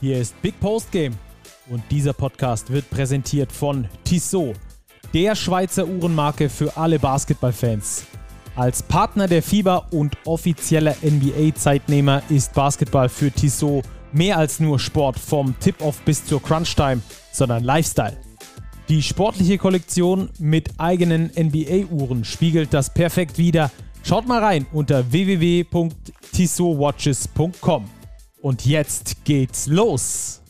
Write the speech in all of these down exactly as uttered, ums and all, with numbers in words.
Hier ist Big Post Game und dieser Podcast wird präsentiert von Tissot, der Schweizer Uhrenmarke für alle Basketballfans. Als Partner der FIBA und offizieller N B A-Zeitnehmer ist Basketball für Tissot mehr als nur Sport vom Tip-Off bis zur Crunch-Time, sondern Lifestyle. Die sportliche Kollektion mit eigenen N B A-Uhren spiegelt das perfekt wider. Schaut mal rein unter w w w punkt tissot watches punkt com. Und jetzt geht's los!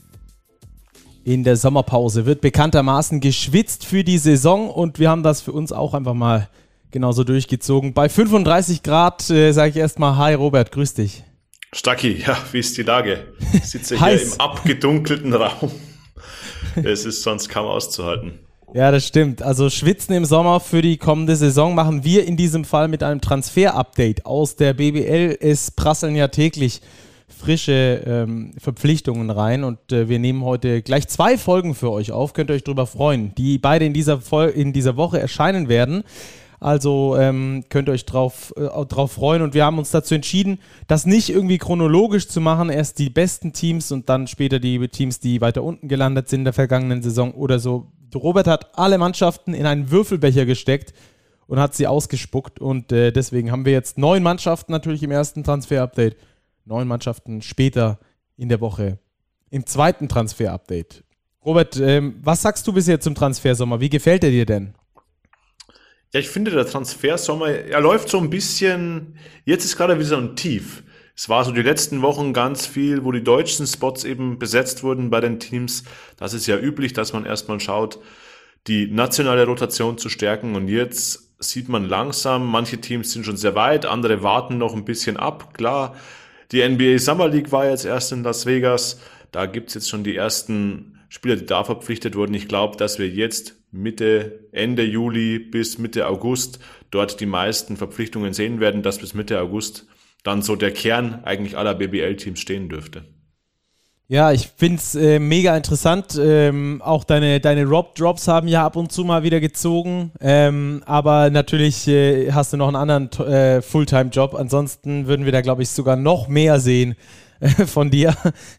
In der Sommerpause wird bekanntermaßen geschwitzt für die Saison und wir haben das für uns auch einfach mal genauso durchgezogen. Bei fünfunddreißig Grad äh, sage ich erstmal Hi Robert, grüß dich. Stacki, ja, wie ist die Lage? Ich sitze hier im abgedunkelten Raum. Es ist sonst kaum auszuhalten. Ja, das stimmt. Also Schwitzen im Sommer für die kommende Saison machen wir in diesem Fall mit einem Transfer-Update aus der B B L. Es prasseln ja täglich frische ähm, Verpflichtungen rein und äh, wir nehmen heute gleich zwei Folgen für euch auf. Könnt ihr euch drüber freuen, die beide in dieser, Vol- in dieser Woche erscheinen werden. Also ähm, könnt ihr euch drauf, äh, drauf freuen und wir haben uns dazu entschieden, das nicht irgendwie chronologisch zu machen, erst die besten Teams und dann später die Teams, die weiter unten gelandet sind in der vergangenen Saison oder so. Robert hat alle Mannschaften in einen Würfelbecher gesteckt und hat sie ausgespuckt und äh, deswegen haben wir jetzt neun Mannschaften natürlich im ersten Transfer-Update, neun Mannschaften später in der Woche im zweiten Transfer-Update. Robert, ähm, was sagst du bisher zum Transfersommer? Wie gefällt er dir denn? Ja, ich finde, der Transfersommer, er läuft so ein bisschen, jetzt ist gerade wieder so ein Tief. Es war so die letzten Wochen ganz viel, wo die deutschen Spots eben besetzt wurden bei den Teams. Das ist ja üblich, dass man erstmal schaut, die nationale Rotation zu stärken. Und jetzt sieht man langsam, manche Teams sind schon sehr weit, andere warten noch ein bisschen ab. Klar, die N B A Summer League war jetzt erst in Las Vegas. Da gibt's jetzt schon die ersten Spieler, die da verpflichtet wurden. Ich glaube, dass wir jetzt Mitte, Ende Juli bis Mitte August dort die meisten Verpflichtungen sehen werden, dass bis Mitte August dann so der Kern eigentlich aller B B L-Teams stehen dürfte. Ja, ich finde es äh, mega interessant. Ähm, auch deine, deine Rob-Drops haben ja ab und zu mal wieder gezogen. Ähm, aber natürlich äh, hast du noch einen anderen äh, Fulltime-Job. Ansonsten würden wir da, glaube ich, sogar noch mehr sehen äh, von dir.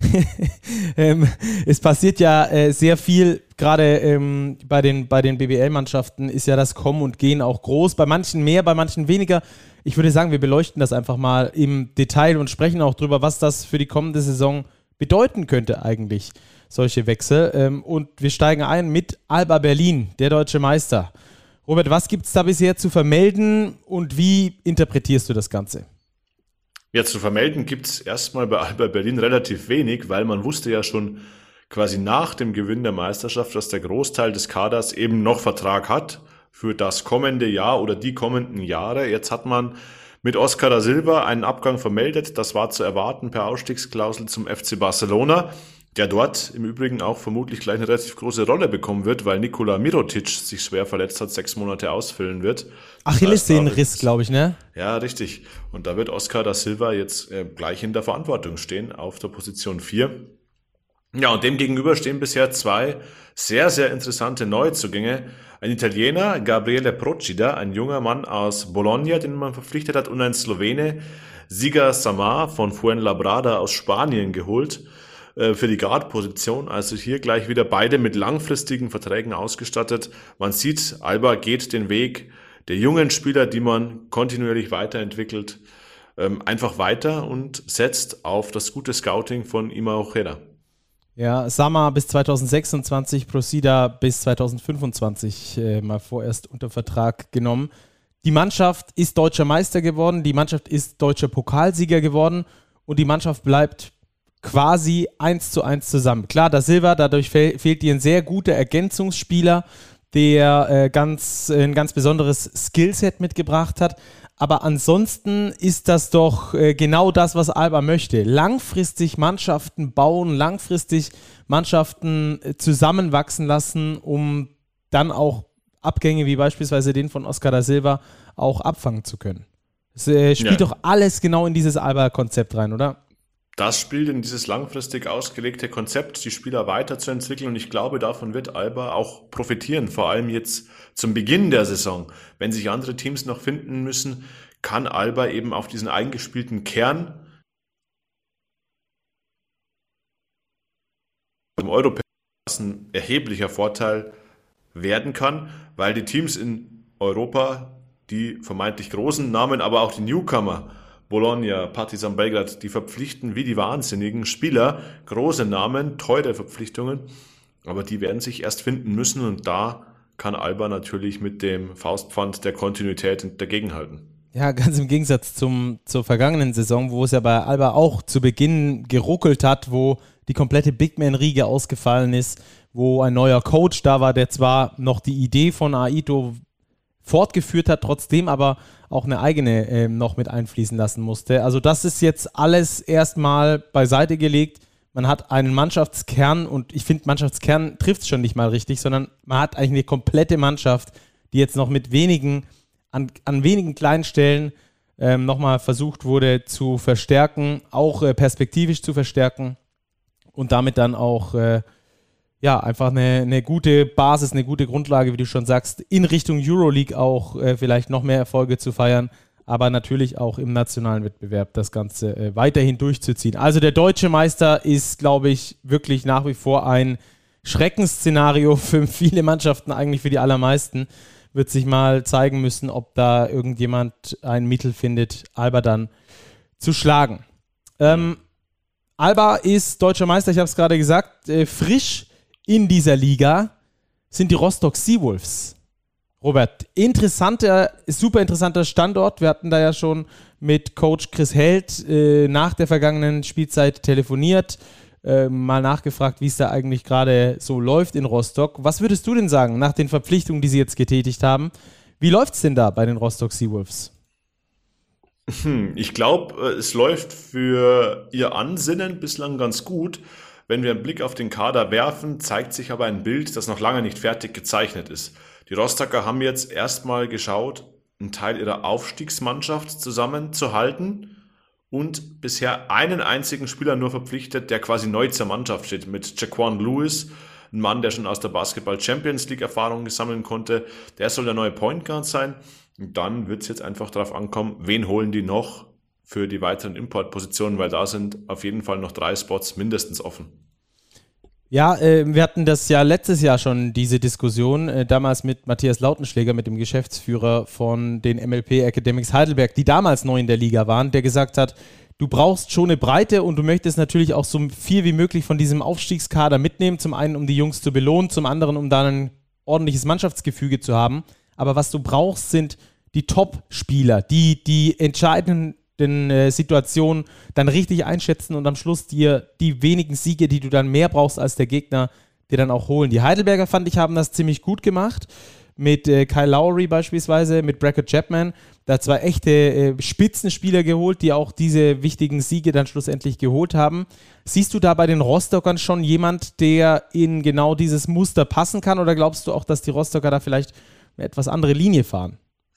ähm, es passiert ja äh, sehr viel, gerade ähm, bei den, bei den B B L-Mannschaften ist ja das Kommen und Gehen auch groß. Bei manchen mehr, bei manchen weniger. Ich würde sagen, wir beleuchten das einfach mal im Detail und sprechen auch drüber, was das für die kommende Saison bedeuten könnte eigentlich, solche Wechsel. Und wir steigen ein mit Alba Berlin, der deutsche Meister. Robert, was gibt es da bisher zu vermelden und wie interpretierst du das Ganze? Ja, zu vermelden gibt es erstmal bei Alba Berlin relativ wenig, weil man wusste ja schon quasi nach dem Gewinn der Meisterschaft, dass der Großteil des Kaders eben noch Vertrag hat für das kommende Jahr oder die kommenden Jahre. Jetzt hat man mit Oscar da Silva einen Abgang vermeldet. Das war zu erwarten per Ausstiegsklausel zum F C Barcelona, der dort im Übrigen auch vermutlich gleich eine relativ große Rolle bekommen wird, weil Nikola Mirotic sich schwer verletzt hat, sechs Monate ausfüllen wird. Achillessehnenriss, glaube ich, ne? Ja, richtig. Und da wird Oscar da Silva jetzt äh, gleich in der Verantwortung stehen auf der Position vier. Ja, und dem gegenüber stehen bisher zwei sehr, sehr interessante Neuzugänge. Ein Italiener, Gabriele Procida, ein junger Mann aus Bologna, den man verpflichtet hat, und ein Slowene, Siga Samar von Fuenlabrada aus Spanien geholt äh, für die Guard-Position. Also hier gleich wieder beide mit langfristigen Verträgen ausgestattet. Man sieht, Alba geht den Weg der jungen Spieler, die man kontinuierlich weiterentwickelt, ähm, einfach weiter und setzt auf das gute Scouting von Ima Ojeda. Ja, Samar bis zweitausendsechsundzwanzig, Procida bis zweitausendfünfundzwanzig äh, mal vorerst unter Vertrag genommen. Die Mannschaft ist deutscher Meister geworden, die Mannschaft ist deutscher Pokalsieger geworden und die Mannschaft bleibt quasi eins zu eins zusammen. Klar, da Silva, dadurch fe- fehlt dir ein sehr guter Ergänzungsspieler, der äh, ganz, äh, ein ganz besonderes Skillset mitgebracht hat. Aber ansonsten ist das doch äh, genau das, was Alba möchte. Langfristig Mannschaften bauen, langfristig Mannschaften äh, zusammenwachsen lassen, um dann auch Abgänge wie beispielsweise den von Oscar da Silva auch abfangen zu können. Es äh, spielt ja doch alles genau in dieses Alba-Konzept rein, oder? Das spielt in dieses langfristig ausgelegte Konzept, die Spieler weiterzuentwickeln, und ich glaube, davon wird Alba auch profitieren, vor allem jetzt zum Beginn der Saison. Wenn sich andere Teams noch finden müssen, kann Alba eben auf diesen eingespielten Kern im Europäischen ein erheblicher Vorteil werden kann, weil die Teams in Europa, die vermeintlich großen Namen, aber auch die Newcomer, Bologna, Partizan Belgrad, die verpflichten wie die wahnsinnigen Spieler, große Namen, teure Verpflichtungen, aber die werden sich erst finden müssen und da kann Alba natürlich mit dem Faustpfand der Kontinuität dagegenhalten. Ja, ganz im Gegensatz zum, zur vergangenen Saison, wo es ja bei Alba auch zu Beginn geruckelt hat, wo die komplette Big-Man-Riege ausgefallen ist, wo ein neuer Coach da war, der zwar noch die Idee von Aito fortgeführt hat, trotzdem aber auch eine eigene äh, noch mit einfließen lassen musste. Also das ist jetzt alles erstmal beiseite gelegt. Man hat einen Mannschaftskern und ich finde, Mannschaftskern trifft es schon nicht mal richtig, sondern man hat eigentlich eine komplette Mannschaft, die jetzt noch mit wenigen, an, an wenigen kleinen Stellen ähm, nochmal versucht wurde zu verstärken, auch äh, perspektivisch zu verstärken und damit dann auch äh, ja, einfach eine, eine gute Basis, eine gute Grundlage, wie du schon sagst, in Richtung Euroleague auch äh, vielleicht noch mehr Erfolge zu feiern, aber natürlich auch im nationalen Wettbewerb das Ganze äh, weiterhin durchzuziehen. Also der deutsche Meister ist, glaube ich, wirklich nach wie vor ein Schreckensszenario für viele Mannschaften, eigentlich für die allermeisten. Wird sich mal zeigen müssen, ob da irgendjemand ein Mittel findet, Alba dann zu schlagen. Ähm, Alba ist deutscher Meister, ich habe es gerade gesagt, äh, frisch in dieser Liga sind die Rostock Seawolves. Robert, interessanter, super interessanter Standort. Wir hatten da ja schon mit Coach Chris Held äh, nach der vergangenen Spielzeit telefoniert, äh, mal nachgefragt, wie es da eigentlich gerade so läuft in Rostock. Was würdest du denn sagen, nach den Verpflichtungen, die sie jetzt getätigt haben? Wie läuft es denn da bei den Rostock Seawolves? Ich glaube, es läuft für ihr Ansinnen bislang ganz gut. Wenn wir einen Blick auf den Kader werfen, zeigt sich aber ein Bild, das noch lange nicht fertig gezeichnet ist. Die Rostocker haben jetzt erstmal geschaut, einen Teil ihrer Aufstiegsmannschaft zusammenzuhalten und bisher einen einzigen Spieler nur verpflichtet, der quasi neu zur Mannschaft steht, mit Jaquan Lewis, ein Mann, der schon aus der Basketball Champions League Erfahrung sammeln konnte. Der soll der neue Point Guard sein. Und dann wird es jetzt einfach darauf ankommen, wen holen die noch für die weiteren Importpositionen, weil da sind auf jeden Fall noch drei Spots mindestens offen. Ja, äh, wir hatten das ja letztes Jahr schon, diese Diskussion, äh, damals mit Matthias Lautenschläger, mit dem Geschäftsführer von den M L P Academics Heidelberg, die damals neu in der Liga waren, der gesagt hat, du brauchst schon eine Breite und du möchtest natürlich auch so viel wie möglich von diesem Aufstiegskader mitnehmen, zum einen, um die Jungs zu belohnen, zum anderen, um da ein ordentliches Mannschaftsgefüge zu haben. Aber was du brauchst, sind die Top-Spieler, die die entscheidenden äh, Situationen dann richtig einschätzen und am Schluss dir die wenigen Siege, die du dann mehr brauchst als der Gegner, dir dann auch holen. Die Heidelberger, fand ich, haben das ziemlich gut gemacht. Mit äh, Kyle Lowry beispielsweise, mit Brackett Chapman. Da zwei echte äh, Spitzenspieler geholt, die auch diese wichtigen Siege dann schlussendlich geholt haben. Siehst du da bei den Rostockern schon jemand, der in genau dieses Muster passen kann? Oder glaubst du auch, dass die Rostocker da vielleicht eine etwas andere Linie fahren?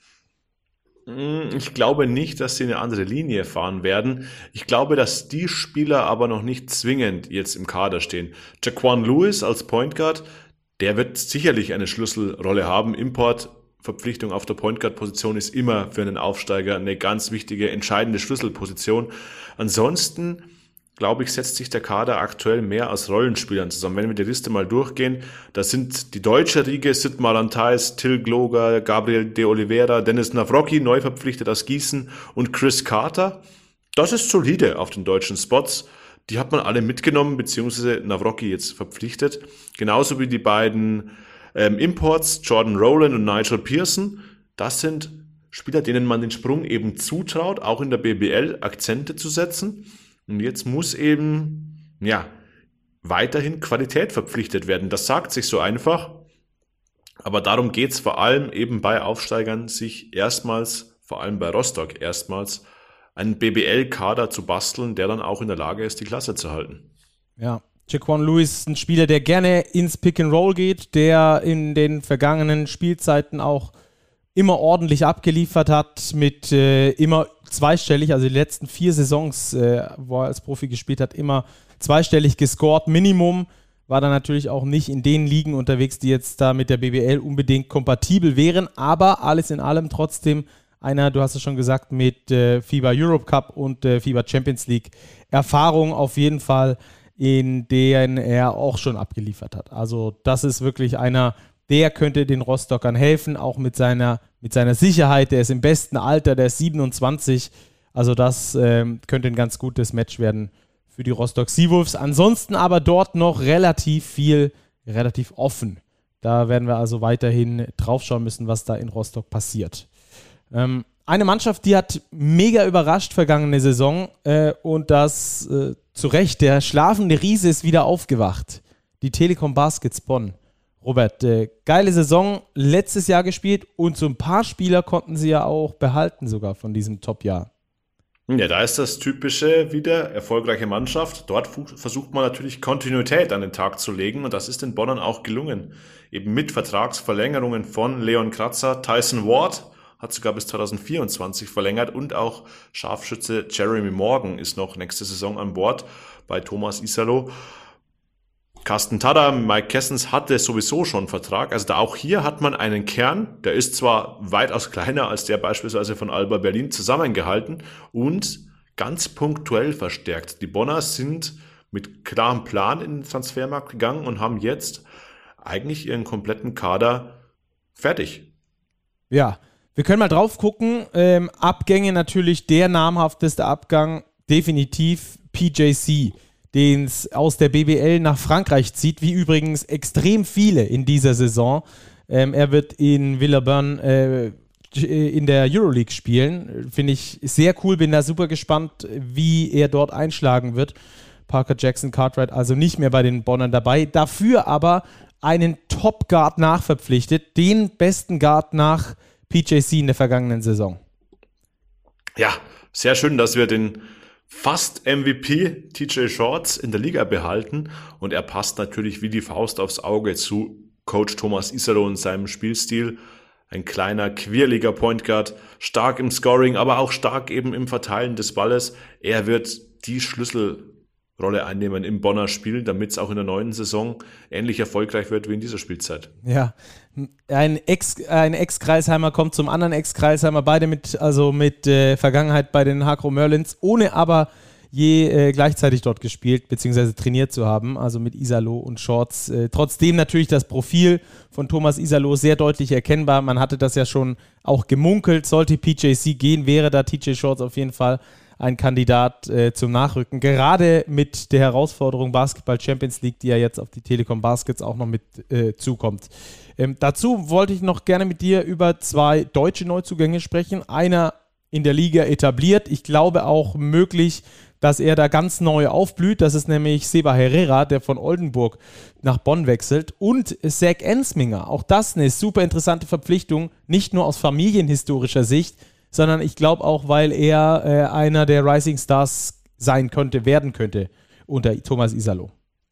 Ich glaube nicht, dass sie eine andere Linie fahren werden. Ich glaube, dass die Spieler aber noch nicht zwingend jetzt im Kader stehen. Jaquan Lewis als Point Guard, der wird sicherlich eine Schlüsselrolle haben. Importverpflichtung auf der Point Guard Position ist immer für einen Aufsteiger eine ganz wichtige, entscheidende Schlüsselposition. Ansonsten, glaube ich, setzt sich der Kader aktuell mehr aus Rollenspielern zusammen. Wenn wir die Liste mal durchgehen, da sind die deutsche Riege, Sid Marantais, Till Gloger, Gabriel de Oliveira, Dennis Navrocki, neu verpflichtet aus Gießen und Chris Carter. Das ist solide auf den deutschen Spots. Die hat man alle mitgenommen, beziehungsweise Navrocki jetzt verpflichtet. Genauso wie die beiden ähm, Imports, Jordan Rowland und Nigel Pearson. Das sind Spieler, denen man den Sprung eben zutraut, auch in der B B L Akzente zu setzen. Und jetzt muss eben, ja, weiterhin Qualität verpflichtet werden. Das sagt sich so einfach. Aber darum geht's vor allem eben bei Aufsteigern, sich erstmals, vor allem bei Rostock erstmals, einen B B L-Kader zu basteln, der dann auch in der Lage ist, die Klasse zu halten. Ja, Jaquan Lewis ist ein Spieler, der gerne ins Pick-and-Roll geht, der in den vergangenen Spielzeiten auch immer ordentlich abgeliefert hat, mit äh, immer zweistellig, also die letzten vier Saisons, äh, wo er als Profi gespielt hat, immer zweistellig gescored, Minimum, war dann natürlich auch nicht in den Ligen unterwegs, die jetzt da mit der B B L unbedingt kompatibel wären, aber alles in allem trotzdem einer, du hast es schon gesagt, mit äh, FIBA Europe Cup und äh, FIBA Champions League Erfahrung auf jeden Fall in denen er auch schon abgeliefert hat. Also das ist wirklich einer, der könnte den Rostockern helfen, auch mit seiner, mit seiner Sicherheit. Der ist im besten Alter, der ist siebenundzwanzig. Also das ähm, könnte ein ganz gutes Match werden für die Rostock Seawolves. Ansonsten aber dort noch relativ viel, relativ offen. Da werden wir also weiterhin draufschauen müssen, was da in Rostock passiert. Ähm, eine Mannschaft, die hat mega überrascht vergangene Saison äh, und das äh, zu Recht. Der schlafende Riese ist wieder aufgewacht. Die Telekom Baskets Bonn. Robert, äh, geile Saison, letztes Jahr gespielt und so ein paar Spieler konnten sie ja auch behalten sogar von diesem Top-Jahr. Ja, da ist das typische wieder, erfolgreiche Mannschaft. Dort fu- versucht man natürlich Kontinuität an den Tag zu legen und das ist den Bonnern auch gelungen. Eben mit Vertragsverlängerungen von Leon Kratzer, Tyson Ward hat sogar bis zwanzig vierundzwanzig verlängert und auch Scharfschütze Jeremy Morgan ist noch nächste Saison an Bord bei Thomas Isalo. Carsten Tada, Mike Kessens hatte sowieso schon einen Vertrag. Also da auch hier hat man einen Kern, der ist zwar weitaus kleiner als der beispielsweise von Alba Berlin zusammengehalten und ganz punktuell verstärkt. Die Bonner sind mit klarem Plan in den Transfermarkt gegangen und haben jetzt eigentlich ihren kompletten Kader fertig. Ja, wir können mal drauf gucken. Ähm, Abgänge natürlich, der namhafteste Abgang definitiv P J C, den es aus der B B L nach Frankreich zieht, wie übrigens extrem viele in dieser Saison. Ähm, er wird in Villeurbanne äh, in der Euroleague spielen. Finde ich sehr cool, bin da super gespannt, wie er dort einschlagen wird. Parker Jackson Cartwright also nicht mehr bei den Bonnern dabei. Dafür aber einen Top-Guard nachverpflichtet, den besten Guard nach P J C in der vergangenen Saison. Ja, sehr schön, dass wir den fast M V P T J Shorts in der Liga behalten und er passt natürlich wie die Faust aufs Auge zu Coach Thomas Isalo und seinem Spielstil. Ein kleiner, quirliger Point Guard, stark im Scoring, aber auch stark eben im Verteilen des Balles. Er wird die Schlüsselrolle einnehmen im Bonner Spiel, damit es auch in der neuen Saison ähnlich erfolgreich wird wie in dieser Spielzeit. Ja, ein Ex, ein Ex-Kreisheimer kommt zum anderen Ex-Kreisheimer, beide mit, also mit äh, Vergangenheit bei den Hakro Merlins, ohne aber je äh, gleichzeitig dort gespielt bzw. trainiert zu haben, also mit Isalo und Shorts. Äh, trotzdem natürlich das Profil von Thomas Isalo sehr deutlich erkennbar. Man hatte das ja schon auch gemunkelt. Sollte P J C gehen, wäre da T J Shorts auf jeden Fall ein Kandidat äh, zum Nachrücken. Gerade mit der Herausforderung Basketball Champions League, die ja jetzt auf die Telekom Baskets auch noch mit äh, zukommt. Ähm, dazu wollte ich noch gerne mit dir über zwei deutsche Neuzugänge sprechen. Einer in der Liga etabliert. Ich glaube auch möglich, dass er da ganz neu aufblüht. Das ist nämlich Seba Herrera, der von Oldenburg nach Bonn wechselt. Und Zach Ensminger. Auch das eine super interessante Verpflichtung, nicht nur aus familienhistorischer Sicht, sondern ich glaube auch, weil er äh, einer der Rising Stars sein könnte, werden könnte unter Thomas Isalo.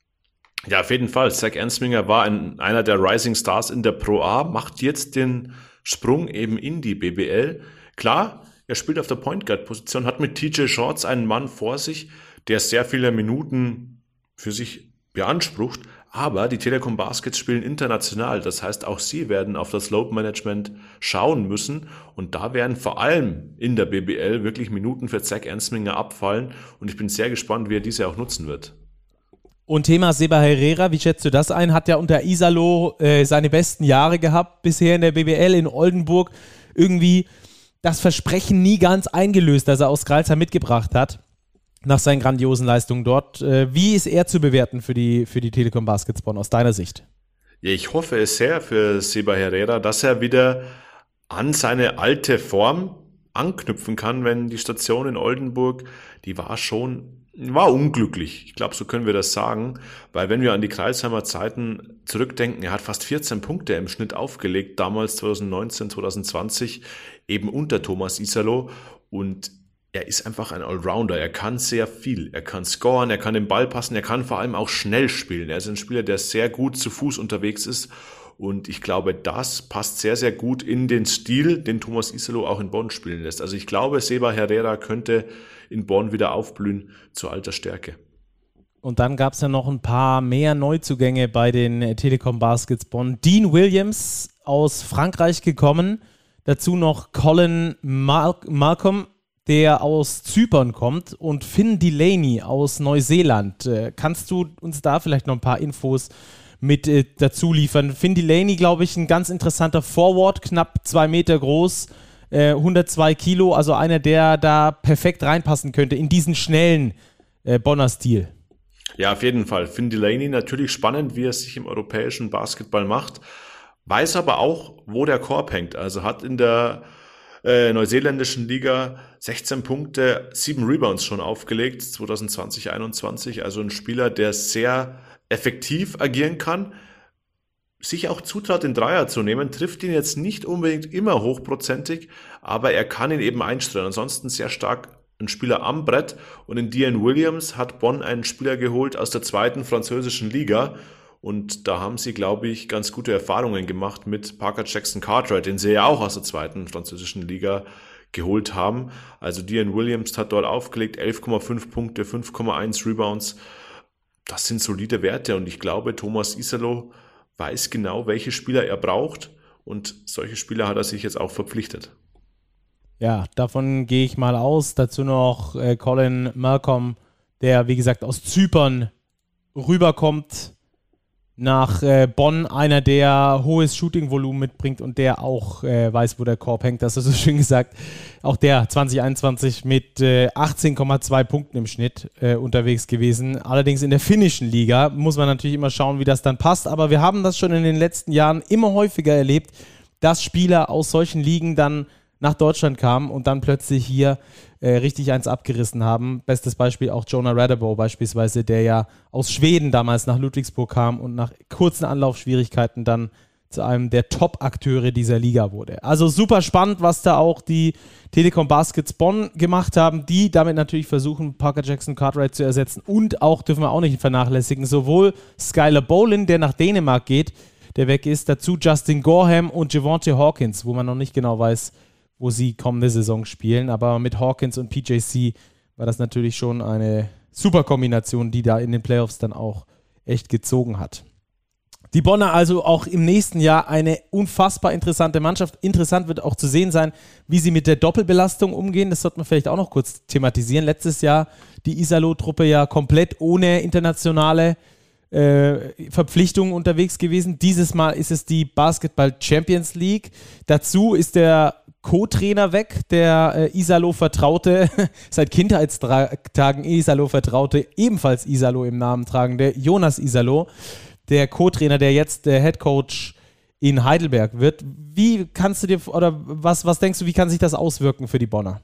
Ja, auf jeden Fall. Zach Ensminger war ein, einer der Rising Stars in der Pro A, macht jetzt den Sprung eben in die B B L. Klar, er spielt auf der Point Guard Position, hat mit T J Shorts einen Mann vor sich, der sehr viele Minuten für sich beansprucht, aber die Telekom Baskets spielen international, das heißt auch sie werden auf das Load Management schauen müssen und da werden vor allem in der B B L wirklich Minuten für Zach Ensminger abfallen und ich bin sehr gespannt, wie er diese auch nutzen wird. Und Thema Seba Herrera, wie schätzt du das ein? Hat ja unter Isalo äh, seine besten Jahre gehabt, bisher in der B B L in Oldenburg. Irgendwie das Versprechen nie ganz eingelöst, das er aus Greilsheim mitgebracht hat, nach seinen grandiosen Leistungen dort. Äh, wie ist er zu bewerten für die, für die Telekom Baskets Bonn aus deiner Sicht? Ja, ich hoffe es sehr für Seba Herrera, dass er wieder an seine alte Form anknüpfen kann, wenn die Station in Oldenburg, die war schon war unglücklich. Ich glaube, so können wir das sagen, weil wenn wir an die Kreisheimer Zeiten zurückdenken, er hat fast vierzehn Punkte im Schnitt aufgelegt, damals zwanzig neunzehn, zwanzig zwanzig, eben unter Thomas Isalo und er ist einfach ein Allrounder, er kann sehr viel, er kann scoren, er kann den Ball passen, er kann vor allem auch schnell spielen. Er ist ein Spieler, der sehr gut zu Fuß unterwegs ist und ich glaube, das passt sehr, sehr gut in den Stil, den Thomas Isalo auch in Bonn spielen lässt. Also ich glaube, Seba Herrera könnte in Bonn wieder aufblühen zu alter Stärke. Und dann gab es ja noch ein paar mehr Neuzugänge bei den Telekom Baskets Bonn. Dean Williams aus Frankreich gekommen, dazu noch Colin Mal- Malcolm, der aus Zypern kommt, und Finn Delaney aus Neuseeland. Äh, kannst du uns da vielleicht noch ein paar Infos mit äh, dazu liefern? Finn Delaney, glaube ich, ein ganz interessanter Forward, knapp zwei Meter groß, äh, hundertzwei Kilo, also einer, der da perfekt reinpassen könnte in diesen schnellen äh, Bonner Stil. Ja, auf jeden Fall. Finn Delaney natürlich spannend, wie er sich im europäischen Basketball macht, weiß aber auch, wo der Korb hängt. Also hat in der äh, neuseeländischen Liga sechzehn Punkte, sieben Rebounds schon aufgelegt, zwanzig zwanzig einundzwanzig. Also ein Spieler, der sehr effektiv agieren kann, sich auch zutraut, den Dreier zu nehmen, trifft ihn jetzt nicht unbedingt immer hochprozentig, aber er kann ihn eben einstreuen. Ansonsten sehr stark ein Spieler am Brett, und in Dion Williams hat Bonn einen Spieler geholt aus der zweiten französischen Liga, und da haben sie, glaube ich, ganz gute Erfahrungen gemacht mit Parker Jackson Cartwright, den sie ja auch aus der zweiten französischen Liga geholt haben. Also Dion Williams hat dort aufgelegt, elf Komma fünf Punkte, fünf Komma eins Rebounds. Das sind solide Werte, und ich glaube, Thomas Iserlohn weiß genau, welche Spieler er braucht, und solche Spieler hat er sich jetzt auch verpflichtet. Ja, davon gehe ich mal aus. Dazu noch äh, Colin Malcolm, der, wie gesagt, aus Zypern rüberkommt nach äh, Bonn, einer, der hohes Shooting-Volumen mitbringt und der auch äh, weiß, wo der Korb hängt. Das hast du so schön gesagt. Auch der zwanzig einundzwanzig mit äh, achtzehn Komma zwei Punkten im Schnitt äh, unterwegs gewesen. Allerdings in der finnischen Liga muss man natürlich immer schauen, wie das dann passt. Aber wir haben das schon in den letzten Jahren immer häufiger erlebt, dass Spieler aus solchen Ligen dann nach Deutschland kamen und dann plötzlich hier äh, richtig eins abgerissen haben. Bestes Beispiel auch Jonah Radebow beispielsweise, der ja aus Schweden damals nach Ludwigsburg kam und nach kurzen Anlaufschwierigkeiten dann zu einem der Top-Akteure dieser Liga wurde. Also super spannend, was da auch die Telekom Baskets Bonn gemacht haben, die damit natürlich versuchen, Parker Jackson Cartwright zu ersetzen, und auch, dürfen wir auch nicht vernachlässigen, sowohl Skylar Bolin, der nach Dänemark geht, der weg ist, dazu Justin Gorham und Javonte Hawkins, wo man noch nicht genau weiß, wo sie kommende Saison spielen. Aber mit Hawkins und P J C war das natürlich schon eine super Kombination, die da in den Playoffs dann auch echt gezogen hat. Die Bonner also auch im nächsten Jahr eine unfassbar interessante Mannschaft. Interessant wird auch zu sehen sein, wie sie mit der Doppelbelastung umgehen. Das sollte man vielleicht auch noch kurz thematisieren. Letztes Jahr die Iserlohn-Truppe ja komplett ohne internationale äh, Verpflichtungen unterwegs gewesen. Dieses Mal ist es die Basketball Champions League. Dazu ist der Co-Trainer weg, der äh, Iserlohn-Vertraute, seit Kindheitstagen Iserlohn-Vertraute, ebenfalls Iserlohn im Namen tragende Jonas Iserlohn, der Co-Trainer, der jetzt der Headcoach in Heidelberg wird. Wie kannst du dir, oder was, was denkst du, wie kann sich das auswirken für die Bonner?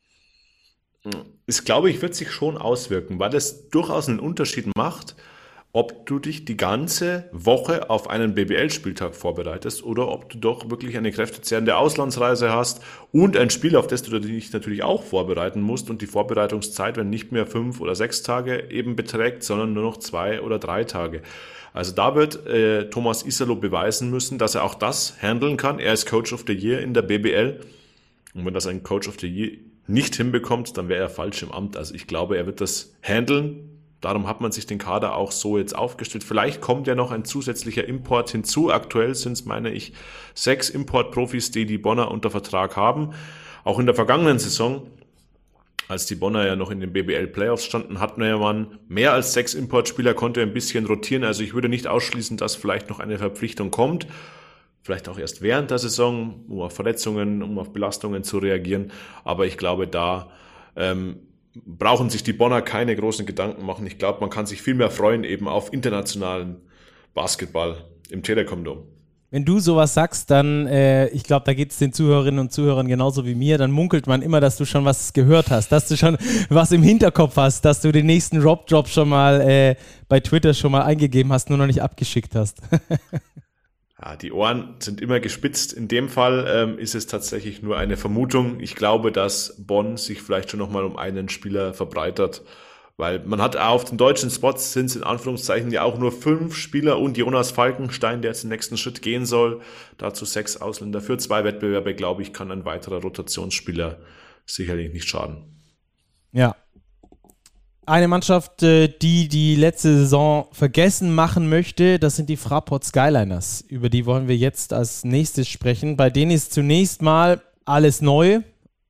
Das, glaube ich, wird sich schon auswirken, weil das durchaus einen Unterschied macht, ob du dich die ganze Woche auf einen B B L-Spieltag vorbereitest oder ob du doch wirklich eine kräftezehrende Auslandsreise hast und ein Spiel, auf das du dich natürlich auch vorbereiten musst, und die Vorbereitungszeit, wenn nicht mehr fünf oder sechs Tage eben beträgt, sondern nur noch zwei oder drei Tage. Also da wird äh, Thomas Iserlohn beweisen müssen, dass er auch das handeln kann. Er ist Coach of the Year in der B B L, und wenn das ein Coach of the Year nicht hinbekommt, dann wäre er falsch im Amt. Also ich glaube, er wird das handeln. Darum hat man sich den Kader auch so jetzt aufgestellt. Vielleicht kommt ja noch ein zusätzlicher Import hinzu. Aktuell sind es, meine ich, sechs Import-Profis, die die Bonner unter Vertrag haben. Auch in der vergangenen Saison, als die Bonner ja noch in den B B L-Playoffs standen, hatten wir ja mal mehr als sechs Importspieler, konnte ein bisschen rotieren. Also ich würde nicht ausschließen, dass vielleicht noch eine Verpflichtung kommt. Vielleicht auch erst während der Saison, um auf Verletzungen, um auf Belastungen zu reagieren. Aber ich glaube, da ähm, brauchen sich die Bonner keine großen Gedanken machen. Ich glaube, man kann sich viel mehr freuen eben auf internationalen Basketball im Telekom Dome. Wenn du sowas sagst, dann, äh, ich glaube, da geht es den Zuhörerinnen und Zuhörern genauso wie mir, dann munkelt man immer, dass du schon was gehört hast, dass du schon was im Hinterkopf hast, dass du den nächsten Rob-Drop schon mal äh, bei Twitter schon mal eingegeben hast, nur noch nicht abgeschickt hast. Ja, die Ohren sind immer gespitzt. In dem Fall ähm, ist es tatsächlich nur eine Vermutung. Ich glaube, dass Bonn sich vielleicht schon nochmal um einen Spieler verbreitert, weil man hat auf den deutschen Spots, sind es in Anführungszeichen ja auch nur fünf Spieler und Jonas Falkenstein, der jetzt den nächsten Schritt gehen soll. Dazu sechs Ausländer. Für zwei Wettbewerbe, glaube ich, kann ein weiterer Rotationsspieler sicherlich nicht schaden. Ja. Eine Mannschaft, die die letzte Saison vergessen machen möchte, das sind die Fraport Skyliners. Über die wollen wir jetzt als nächstes sprechen. Bei denen ist zunächst mal alles neu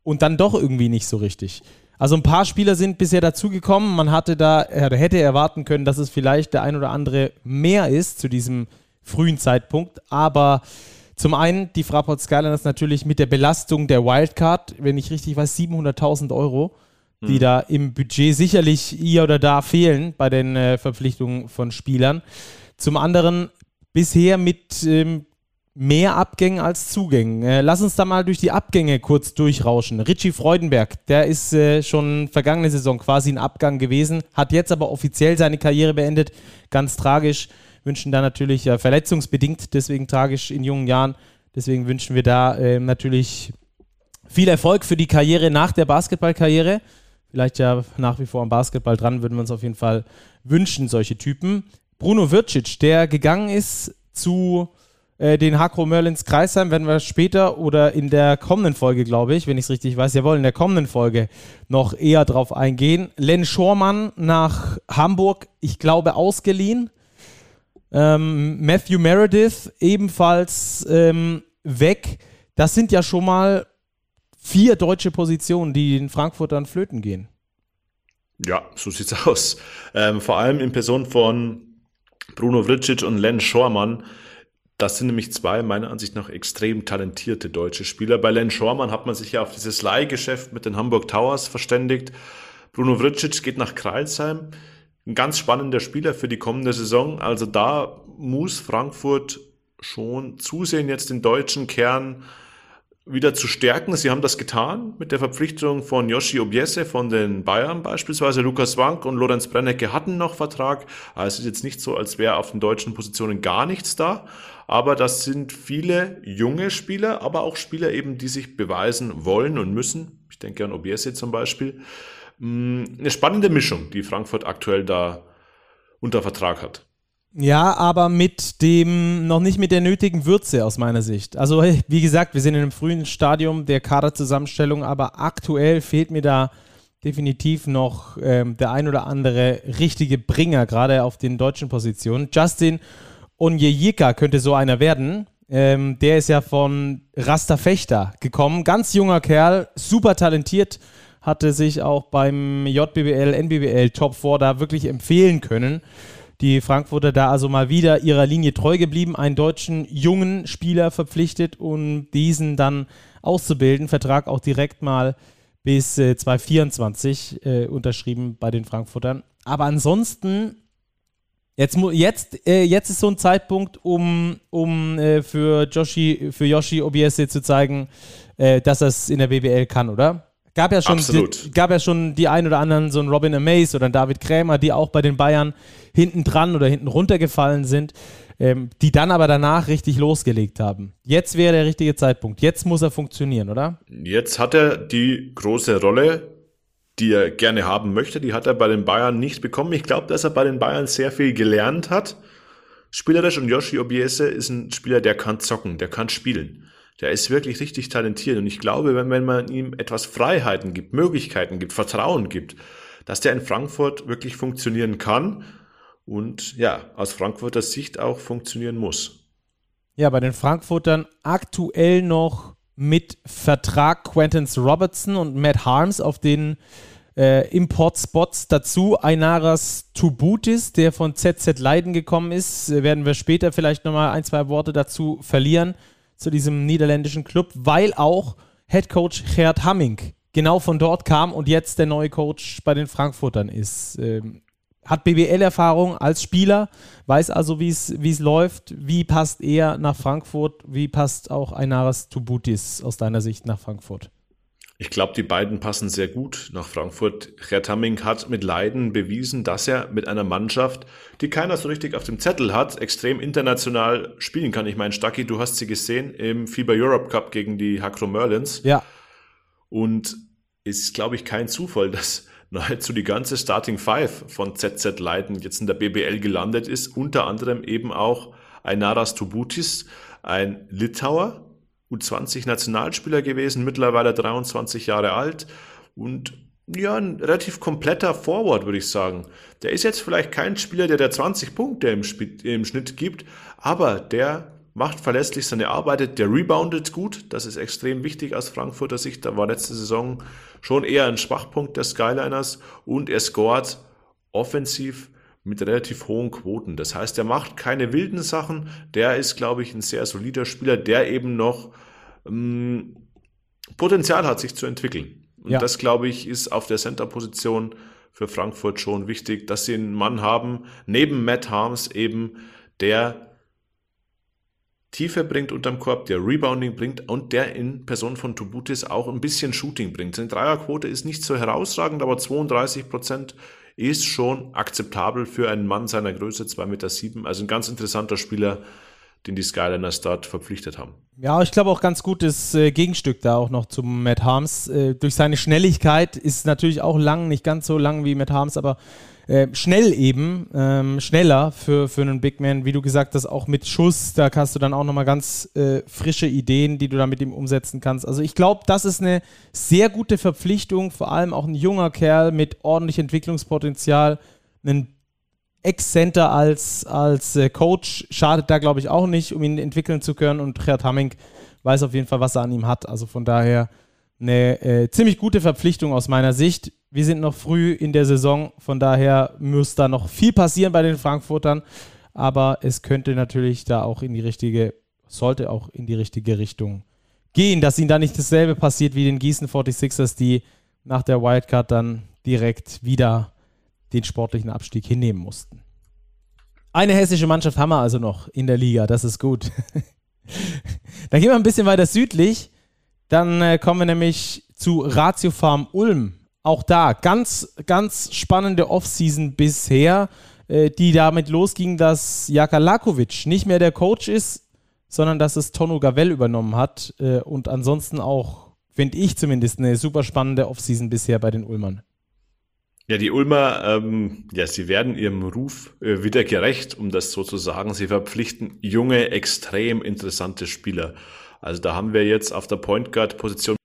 und dann doch irgendwie nicht so richtig. Also ein paar Spieler sind bisher dazugekommen. Man hatte da, oder hätte erwarten können, dass es vielleicht der ein oder andere mehr ist zu diesem frühen Zeitpunkt. Aber zum einen, die Fraport Skyliners natürlich mit der Belastung der Wildcard, wenn ich richtig weiß, siebenhunderttausend Euro, die hm. da im Budget sicherlich hier oder da fehlen bei den äh, Verpflichtungen von Spielern. Zum anderen bisher mit ähm, mehr Abgängen als Zugängen. Äh, lass uns da mal durch die Abgänge kurz durchrauschen. Richie Freudenberg, der ist äh, schon vergangene Saison quasi ein Abgang gewesen, hat jetzt aber offiziell seine Karriere beendet. Ganz tragisch. Wünschen da natürlich äh, verletzungsbedingt, deswegen tragisch in jungen Jahren. Deswegen wünschen wir da äh, natürlich viel Erfolg für die Karriere nach der Basketballkarriere. Vielleicht ja nach wie vor am Basketball dran, würden wir uns auf jeden Fall wünschen, solche Typen. Bruno Vircic, der gegangen ist zu äh, den Hakro Merlins Kreisheim, werden wir später oder in der kommenden Folge, glaube ich, wenn ich es richtig weiß, jawohl, in der kommenden Folge noch eher drauf eingehen. Len Schormann nach Hamburg, ich glaube, ausgeliehen. Ähm, Matthew Meredith ebenfalls ähm, weg. Das sind ja schon mal vier deutsche Positionen, die den Frankfurtern flöten gehen. Ja, so sieht's aus. Ähm, vor allem in Person von Bruno Vircic und Len Schormann. Das sind nämlich zwei, meiner Ansicht nach, extrem talentierte deutsche Spieler. Bei Len Schormann hat man sich ja auf dieses Leihgeschäft mit den Hamburg Towers verständigt. Bruno Vircic geht nach Crailsheim. Ein ganz spannender Spieler für die kommende Saison. Also da muss Frankfurt schon zusehen, jetzt den deutschen Kern wieder zu stärken. Sie haben das getan mit der Verpflichtung von Yoshi Obiese von den Bayern beispielsweise. Lukas Wank und Lorenz Brennecke hatten noch Vertrag. Also es ist jetzt nicht so, als wäre auf den deutschen Positionen gar nichts da. Aber das sind viele junge Spieler, aber auch Spieler eben, die sich beweisen wollen und müssen. Ich denke an Obiese zum Beispiel. Eine spannende Mischung, die Frankfurt aktuell da unter Vertrag hat. Ja, aber mit dem, noch nicht mit der nötigen Würze aus meiner Sicht. Also wie gesagt, wir sind in einem frühen Stadium der Kaderzusammenstellung, aber aktuell fehlt mir da definitiv noch ähm, der ein oder andere richtige Bringer, gerade auf den deutschen Positionen. Justin Onyejika könnte so einer werden. Ähm, der ist ja von Rasta Fechter gekommen. Ganz junger Kerl, super talentiert, hatte sich auch beim J B B L, N B B L Top vier da wirklich empfehlen können. Die Frankfurter da also mal wieder ihrer Linie treu geblieben, einen deutschen jungen Spieler verpflichtet, um diesen dann auszubilden. Vertrag auch direkt mal bis äh, zwanzig vierundzwanzig äh, unterschrieben bei den Frankfurtern. Aber ansonsten, jetzt, jetzt, äh, jetzt ist so ein Zeitpunkt, um, um äh, für, Joshi, für Yoshi Obiese zu zeigen, äh, dass er es in der B B L kann, oder? Gab ja schon die, gab ja schon die ein oder anderen, so ein Robin Amaze oder ein David Krämer, die auch bei den Bayern hinten dran oder hinten runtergefallen sind, ähm, die dann aber danach richtig losgelegt haben. Jetzt wäre der richtige Zeitpunkt. Jetzt muss er funktionieren, oder? Jetzt hat er die große Rolle, die er gerne haben möchte. Die hat er bei den Bayern nicht bekommen. Ich glaube, dass er bei den Bayern sehr viel gelernt hat, spielerisch. Und Yoshi Obiese ist ein Spieler, der kann zocken, der kann spielen. Der ist wirklich richtig talentiert und ich glaube, wenn, wenn man ihm etwas Freiheiten gibt, Möglichkeiten gibt, Vertrauen gibt, dass der in Frankfurt wirklich funktionieren kann und ja, aus Frankfurter Sicht auch funktionieren muss. Ja, bei den Frankfurtern aktuell noch mit Vertrag Quentin Robertson und Matt Harms auf den äh, Import-Spots dazu. Einaras Tubutis, der von Z Z Leiden gekommen ist, werden wir später vielleicht nochmal ein, zwei Worte dazu verlieren, zu diesem niederländischen Club, weil auch Headcoach Gerd Hamming genau von dort kam und jetzt der neue Coach bei den Frankfurtern ist. Ähm, hat B B L-Erfahrung als Spieler, weiß also, wie es läuft. Wie passt er nach Frankfurt? Wie passt auch Einaras Tubutis aus deiner Sicht nach Frankfurt? Ich glaube, die beiden passen sehr gut nach Frankfurt. Gerd Hamming hat mit Leiden bewiesen, dass er mit einer Mannschaft, die keiner so richtig auf dem Zettel hat, extrem international spielen kann. Ich meine, Stacki, du hast sie gesehen im FIBA Europe Cup gegen die Hakro Merlins. Ja. Und es ist, glaube ich, kein Zufall, dass nahezu die ganze Starting Five von Z Z Leiden jetzt in der B B L gelandet ist. Unter anderem eben auch Einaras Tubutis, ein Litauer, U zwanzig Nationalspieler gewesen, mittlerweile dreiundzwanzig Jahre alt und ja, ein relativ kompletter Forward, würde ich sagen. Der ist jetzt vielleicht kein Spieler, der der zwanzig Punkte im, Sp- im Schnitt gibt, aber der macht verlässlich seine Arbeit, der reboundet gut, das ist extrem wichtig aus Frankfurter Sicht, da war letzte Saison schon eher ein Schwachpunkt der Skyliners und er scoret offensiv mit relativ hohen Quoten. Das heißt, er macht keine wilden Sachen, der ist, glaube ich, ein sehr solider Spieler, der eben noch ähm, Potenzial hat, sich zu entwickeln. Und ja. das, glaube ich, ist auf der Center-Position für Frankfurt schon wichtig, dass sie einen Mann haben, neben Matt Harms eben, der Tiefe bringt unterm Korb, der Rebounding bringt und der in Person von Tubutis auch ein bisschen Shooting bringt. Seine Dreierquote ist nicht so herausragend, aber zweiunddreißig Prozent ist schon akzeptabel für einen Mann seiner Größe, zwei Komma sieben Meter. Also ein ganz interessanter Spieler, den die Skyliners dort verpflichtet haben. Ja, ich glaube auch ganz gutes äh, Gegenstück da auch noch zum Matt Harms. Äh, durch seine Schnelligkeit ist natürlich auch lang, nicht ganz so lang wie Matt Harms, aber äh, schnell eben, ähm, schneller für, für einen Big Man, wie du gesagt hast, auch mit Schuss, da hast du dann auch nochmal ganz äh, frische Ideen, die du da mit ihm umsetzen kannst. Also ich glaube, das ist eine sehr gute Verpflichtung, vor allem auch ein junger Kerl mit ordentlich Entwicklungspotenzial, einen Ex-Center als, als äh, Coach schadet da, glaube ich, auch nicht, um ihn entwickeln zu können. Und Gerd Hamming weiß auf jeden Fall, was er an ihm hat. Also von daher eine äh, ziemlich gute Verpflichtung aus meiner Sicht. Wir sind noch früh in der Saison, von daher muss da noch viel passieren bei den Frankfurtern. Aber es könnte natürlich da auch in die richtige, sollte auch in die richtige Richtung gehen, dass ihnen da nicht dasselbe passiert wie den Gießen forty-sixers, die nach der Wildcard dann direkt wieder den sportlichen Abstieg hinnehmen mussten. Eine hessische Mannschaft haben wir also noch in der Liga, das ist gut. Dann gehen wir ein bisschen weiter südlich, dann äh, kommen wir nämlich zu Ratio Farm Ulm. Auch da ganz, ganz spannende Offseason bisher, äh, die damit losging, dass Jaka Lakovic nicht mehr der Coach ist, sondern dass es Tonno Gavell übernommen hat äh, und ansonsten auch, finde ich zumindest, eine super spannende Offseason bisher bei den Ulmern. Ja, die Ulmer, ähm, ja, sie werden ihrem Ruf äh, wieder gerecht, um das so zu sagen. Sie verpflichten junge, extrem interessante Spieler. Also da haben wir jetzt auf der Point Guard Position,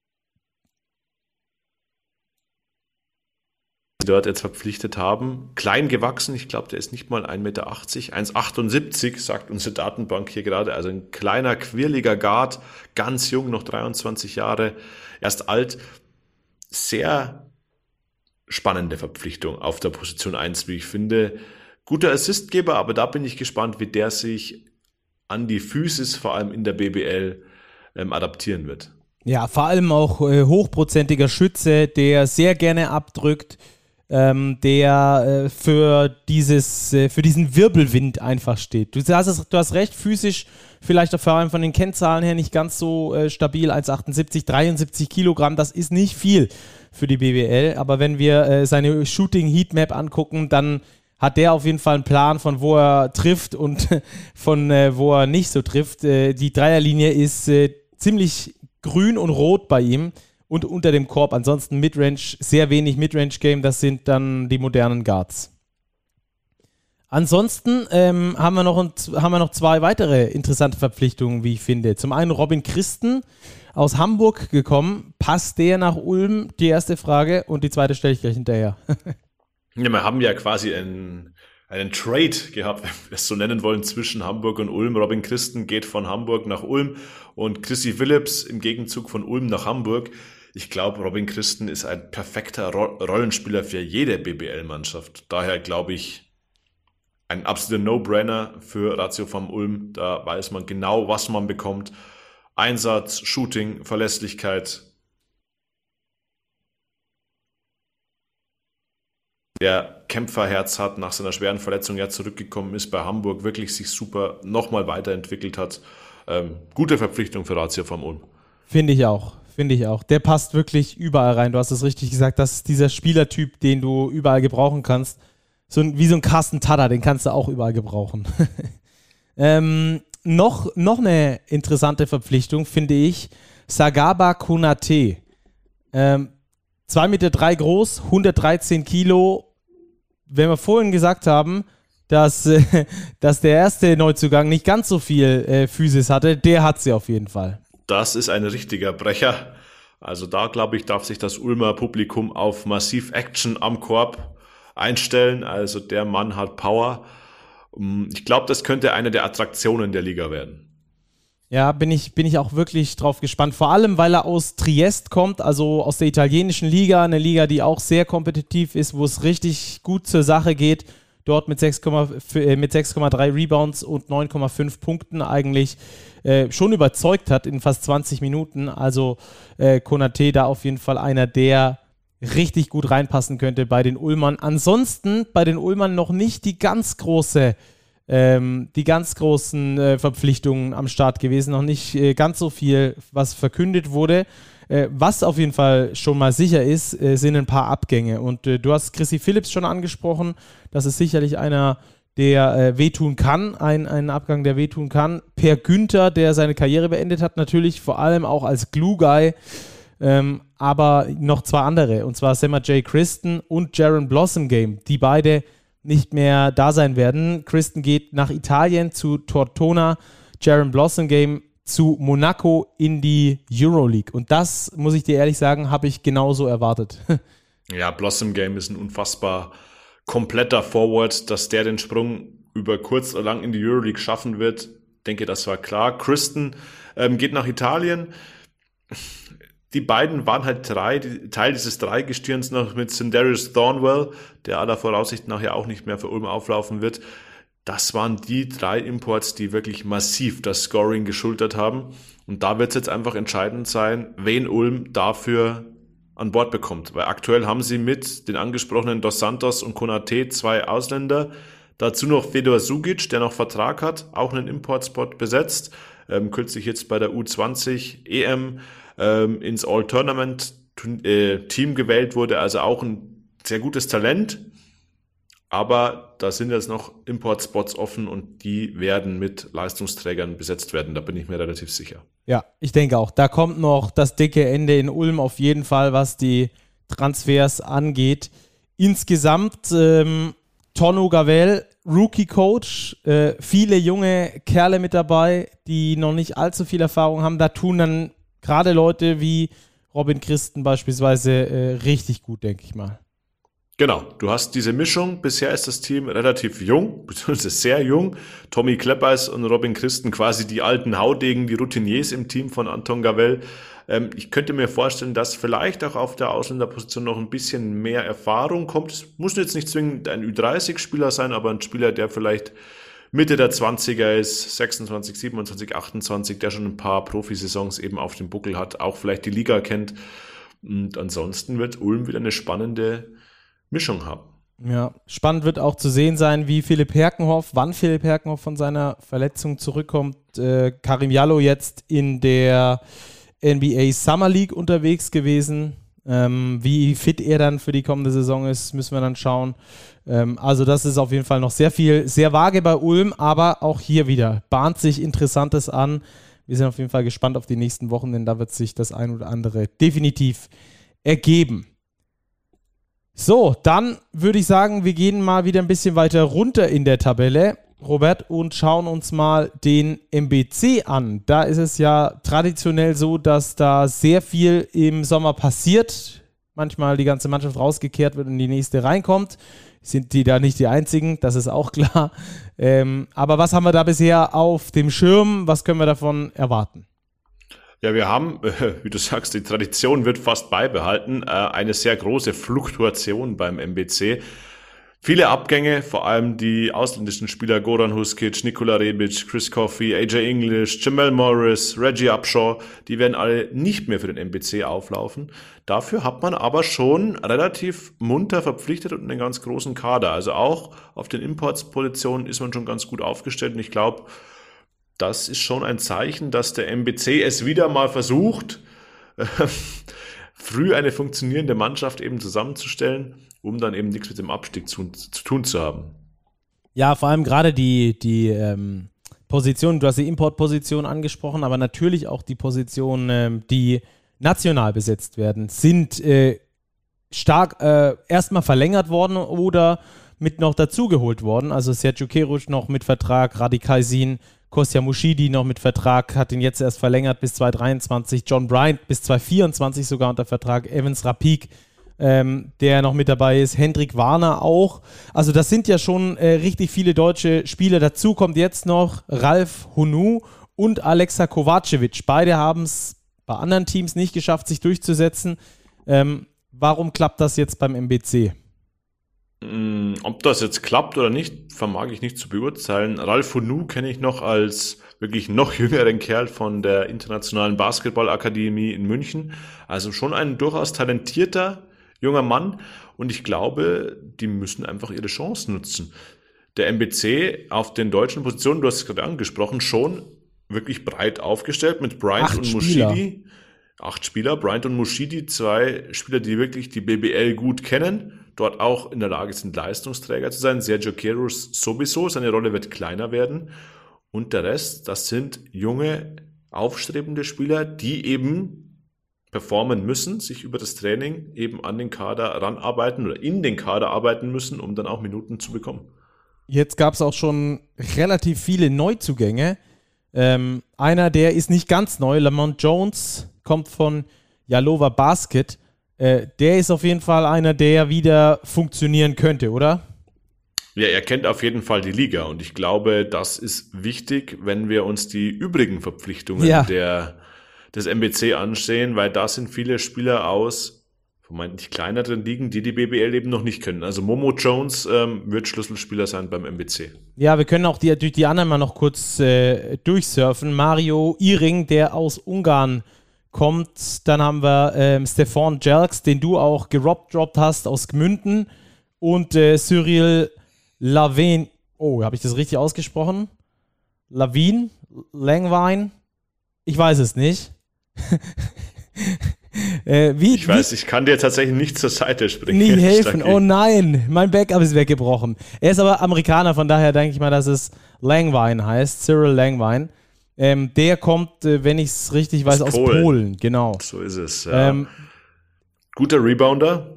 die dort jetzt verpflichtet haben, klein gewachsen. Ich glaube, der ist nicht mal ein Meter achtzig, eins Komma achtundsiebzig, sagt unsere Datenbank hier gerade. Also ein kleiner, quirliger Guard, ganz jung, noch dreiundzwanzig Jahre, erst alt, sehr spannende Verpflichtung auf der Position eins, wie ich finde. Guter Assistgeber, aber da bin ich gespannt, wie der sich an die Physis, vor allem in der B B L, ähm, adaptieren wird. Ja, vor allem auch äh, hochprozentiger Schütze, der sehr gerne abdrückt, ähm, der äh, für dieses, äh, für diesen Wirbelwind einfach steht. Du hast, es, du hast recht, physisch vielleicht auch vor allem von den Kennzahlen her nicht ganz so äh, stabil, eins Komma achtundsiebzig, dreiundsiebzig Kilogramm, das ist nicht viel für die B B L, aber wenn wir äh, seine Shooting Heatmap angucken, dann hat der auf jeden Fall einen Plan, von wo er trifft und von äh, wo er nicht so trifft. Äh, die Dreierlinie ist äh, ziemlich grün und rot bei ihm und unter dem Korb. Ansonsten Midrange, sehr wenig Midrange-Game, das sind dann die modernen Guards. Ansonsten ähm, haben, wir noch ein, haben wir noch zwei weitere interessante Verpflichtungen, wie ich finde. Zum einen Robin Christen, aus Hamburg gekommen. Passt der nach Ulm? Die erste Frage. Und die zweite stelle ich gleich hinterher. Ja, wir haben ja quasi einen, einen Trade gehabt, wenn wir es so nennen wollen, zwischen Hamburg und Ulm. Robin Christen geht von Hamburg nach Ulm und Chrissy Phillips im Gegenzug von Ulm nach Hamburg. Ich glaube, Robin Christen ist ein perfekter Ro- Rollenspieler für jede B B L-Mannschaft. Daher glaube ich, ein absoluter No-Brainer für Ratio Farm Ulm. Da weiß man genau, was man bekommt. Einsatz, Shooting, Verlässlichkeit. Der Kämpferherz hat, nach seiner schweren Verletzung ja zurückgekommen ist, bei Hamburg wirklich sich super nochmal weiterentwickelt hat. Ähm, gute Verpflichtung für Ratio Farm Ulm. Finde ich auch, finde ich auch. Der passt wirklich überall rein. Du hast es richtig gesagt, das ist dieser Spielertyp, den du überall gebrauchen kannst. So ein, wie so ein Carsten Tada, den kannst du auch überall gebrauchen. ähm, noch, noch eine interessante Verpflichtung, finde ich, Sagaba Konate. Ähm, zwei Meter drei groß, hundertdreizehn Kilo. Wenn wir vorhin gesagt haben, dass, äh, dass der erste Neuzugang nicht ganz so viel äh, Physis hatte, der hat sie auf jeden Fall. Das ist ein richtiger Brecher. Also da, glaube ich, darf sich das Ulmer Publikum auf massiv Action am Korb einstellen. Also der Mann hat Power. Ich glaube, das könnte eine der Attraktionen der Liga werden. Ja, bin ich, bin ich auch wirklich drauf gespannt. Vor allem, weil er aus Triest kommt, also aus der italienischen Liga, eine Liga, die auch sehr kompetitiv ist, wo es richtig gut zur Sache geht. Dort mit sechs Komma drei Rebounds und neun Komma fünf Punkten eigentlich äh, schon überzeugt hat in fast zwanzig Minuten. Also äh, Konate da auf jeden Fall einer, der richtig gut reinpassen könnte bei den Ulmern. Ansonsten bei den Ulmern noch nicht die ganz große Ähm, die ganz großen äh, Verpflichtungen am Start gewesen, noch nicht äh, ganz so viel, was verkündet wurde. Äh, was auf jeden Fall schon mal sicher ist, äh, sind ein paar Abgänge. Und äh, du hast Chrissy Phillips schon angesprochen, das ist sicherlich einer, der äh, wehtun kann, ein, ein Abgang, der wehtun kann. Per Günther, der seine Karriere beendet hat, natürlich vor allem auch als Glue-Guy, ähm, aber noch zwei andere, und zwar Sema J. Christen und Jaron Blossomgame, die beide nicht mehr da sein werden. Christen geht nach Italien zu Tortona, Jaron Blossomgame zu Monaco in die Euroleague. Und das, muss ich dir ehrlich sagen, habe ich genauso erwartet. Ja, Blossomgame ist ein unfassbar kompletter Forward, dass der den Sprung über kurz oder lang in die Euroleague schaffen wird. Ich denke, das war klar. Christen ähm, geht nach Italien. Die beiden waren halt drei, die, Teil dieses Dreigestirns noch mit Sindarius Thornwell, der aller Voraussicht nachher auch nicht mehr für Ulm auflaufen wird. Das waren die drei Imports, die wirklich massiv das Scoring geschultert haben. Und da wird es jetzt einfach entscheidend sein, wen Ulm dafür an Bord bekommt. Weil aktuell haben sie mit den angesprochenen Dos Santos und Konate zwei Ausländer. Dazu noch Fedor Sugic, der noch Vertrag hat, auch einen Importspot besetzt. Ähm, kürzlich jetzt bei der U zwanzig E M ähm, ins All-Tournament-Team gewählt wurde. Also auch ein sehr gutes Talent. Aber da sind jetzt noch Importspots offen und die werden mit Leistungsträgern besetzt werden. Da bin ich mir relativ sicher. Ja, ich denke auch. Da kommt noch das dicke Ende in Ulm auf jeden Fall, was die Transfers angeht. Insgesamt ähm, Tonno Gavel, Rookie-Coach, äh, viele junge Kerle mit dabei, die noch nicht allzu viel Erfahrung haben. Da tun dann gerade Leute wie Robin Christen beispielsweise äh, richtig gut, denke ich mal. Genau, du hast diese Mischung. Bisher ist das Team relativ jung, beziehungsweise sehr jung. Tommy Kleppers und Robin Christen, quasi die alten Haudegen, die Routiniers im Team von Anton Gavel. Ähm, ich könnte mir vorstellen, dass vielleicht auch auf der Ausländerposition noch ein bisschen mehr Erfahrung kommt. Es muss jetzt nicht zwingend ein Ü dreißig Spieler sein, aber ein Spieler, der vielleicht Mitte der zwanziger ist, sechsundzwanzig, siebenundzwanzig, achtundzwanzig, der schon ein paar Profisaisons eben auf dem Buckel hat, auch vielleicht die Liga kennt. Und ansonsten wird Ulm wieder eine spannende Mischung haben. Ja, spannend wird auch zu sehen sein, wie Philipp Herkenhoff, wann Philipp Herkenhoff von seiner Verletzung zurückkommt. Äh, Karim Jallo jetzt in der N B A Summer League unterwegs gewesen. Ähm, wie fit er dann für die kommende Saison ist, müssen wir dann schauen. Ähm, also das ist auf jeden Fall noch sehr viel, sehr vage bei Ulm, aber auch hier wieder bahnt sich Interessantes an. Wir sind auf jeden Fall gespannt auf die nächsten Wochen, denn da wird sich das ein oder andere definitiv ergeben. So, dann würde ich sagen, wir gehen mal wieder ein bisschen weiter runter in der Tabelle, Robert, und schauen uns mal den M B C an. Da ist es ja traditionell so, dass da sehr viel im Sommer passiert. Manchmal die ganze Mannschaft rausgekehrt wird und die nächste reinkommt. Sind die da nicht die einzigen, das ist auch klar. Ähm, aber was haben wir da bisher auf dem Schirm? Was können wir davon erwarten? Ja, wir haben, äh, wie du sagst, die Tradition wird fast beibehalten, äh, eine sehr große Fluktuation beim M B C. Viele Abgänge, vor allem die ausländischen Spieler Goran Huskic, Nikola Rebic, Chris Coffey, A J English, Jamel Morris, Reggie Upshaw, die werden alle nicht mehr für den M B C auflaufen. Dafür hat man aber schon relativ munter verpflichtet und einen ganz großen Kader. Also auch auf den Importspositionen ist man schon ganz gut aufgestellt und ich glaube, das ist schon ein Zeichen, dass der M B C es wieder mal versucht, äh, früh eine funktionierende Mannschaft eben zusammenzustellen, um dann eben nichts mit dem Abstieg zu, zu tun zu haben. Ja, vor allem gerade die, die ähm, Position, du hast die Importposition angesprochen, aber natürlich auch die Positionen, ähm, die national besetzt werden, sind äh, stark äh, erstmal verlängert worden oder mit noch dazugeholt worden. Also Sergio Keruc noch mit Vertrag, Radi Kaisin, Kostja Mushidi noch mit Vertrag, hat ihn jetzt erst verlängert bis zwanzig dreiundzwanzig, John Bryant bis zwanzig vierundzwanzig sogar unter Vertrag, Evans Rapik, ähm, der noch mit dabei ist, Hendrik Warner auch. Also das sind ja schon äh, richtig viele deutsche Spieler. Dazu kommt jetzt noch Ralf Hunu und Alexa Kovacevic. Beide haben es bei anderen Teams nicht geschafft, sich durchzusetzen. Ähm, warum klappt das jetzt beim M B C? Ob das jetzt klappt oder nicht, vermag ich nicht zu beurteilen. Ralf Honu kenne ich noch als wirklich noch jüngeren Kerl von der Internationalen Basketballakademie in München. Also schon ein durchaus talentierter junger Mann. Und ich glaube, die müssen einfach ihre Chance nutzen. Der M B C auf den deutschen Positionen, du hast es gerade angesprochen, schon wirklich breit aufgestellt mit Bryant Acht und Spieler. Mushidi. Acht Spieler, Bryant und Mushidi, zwei Spieler, die wirklich die B B L gut kennen, dort auch in der Lage sind, Leistungsträger zu sein. Sergio Queiroz sowieso, seine Rolle wird kleiner werden. Und der Rest, das sind junge, aufstrebende Spieler, die eben performen müssen, sich über das Training eben an den Kader ranarbeiten oder in den Kader arbeiten müssen, um dann auch Minuten zu bekommen. Jetzt gab es auch schon relativ viele Neuzugänge. Ähm, einer, der ist nicht ganz neu, Lamont Jones, kommt von Jalova Basket. Äh, der ist auf jeden Fall einer, der wieder funktionieren könnte, oder? Ja, er kennt auf jeden Fall die Liga und ich glaube, das ist wichtig, wenn wir uns die übrigen Verpflichtungen ja. der, des M B C ansehen, weil da sind viele Spieler aus vermeintlich kleineren Ligen, die die B B L eben noch nicht können. Also Momo Jones ähm, wird Schlüsselspieler sein beim M B C. Ja, wir können auch die, durch die anderen mal noch kurz äh, durchsurfen. Mario Iring, der aus Ungarn kommt. Dann haben wir ähm, Stefan Jelks, den du auch gerobbt hast aus Gmünden. Und äh, Cyril Lavin. Oh, habe ich das richtig ausgesprochen? Lavin? Langwein? Ich weiß es nicht. äh, wie, ich weiß, wie, ich kann dir tatsächlich nicht zur Seite springen. Nie helfen. Oh nein, mein Backup ist weggebrochen. Er ist aber Amerikaner, von daher denke ich mal, dass es Langwein heißt. Cyril Langwein. Ähm, der kommt, äh, wenn ich es richtig weiß, aus, aus Polen. Polen. Genau. So ist es. Ja. Ähm, Guter Rebounder.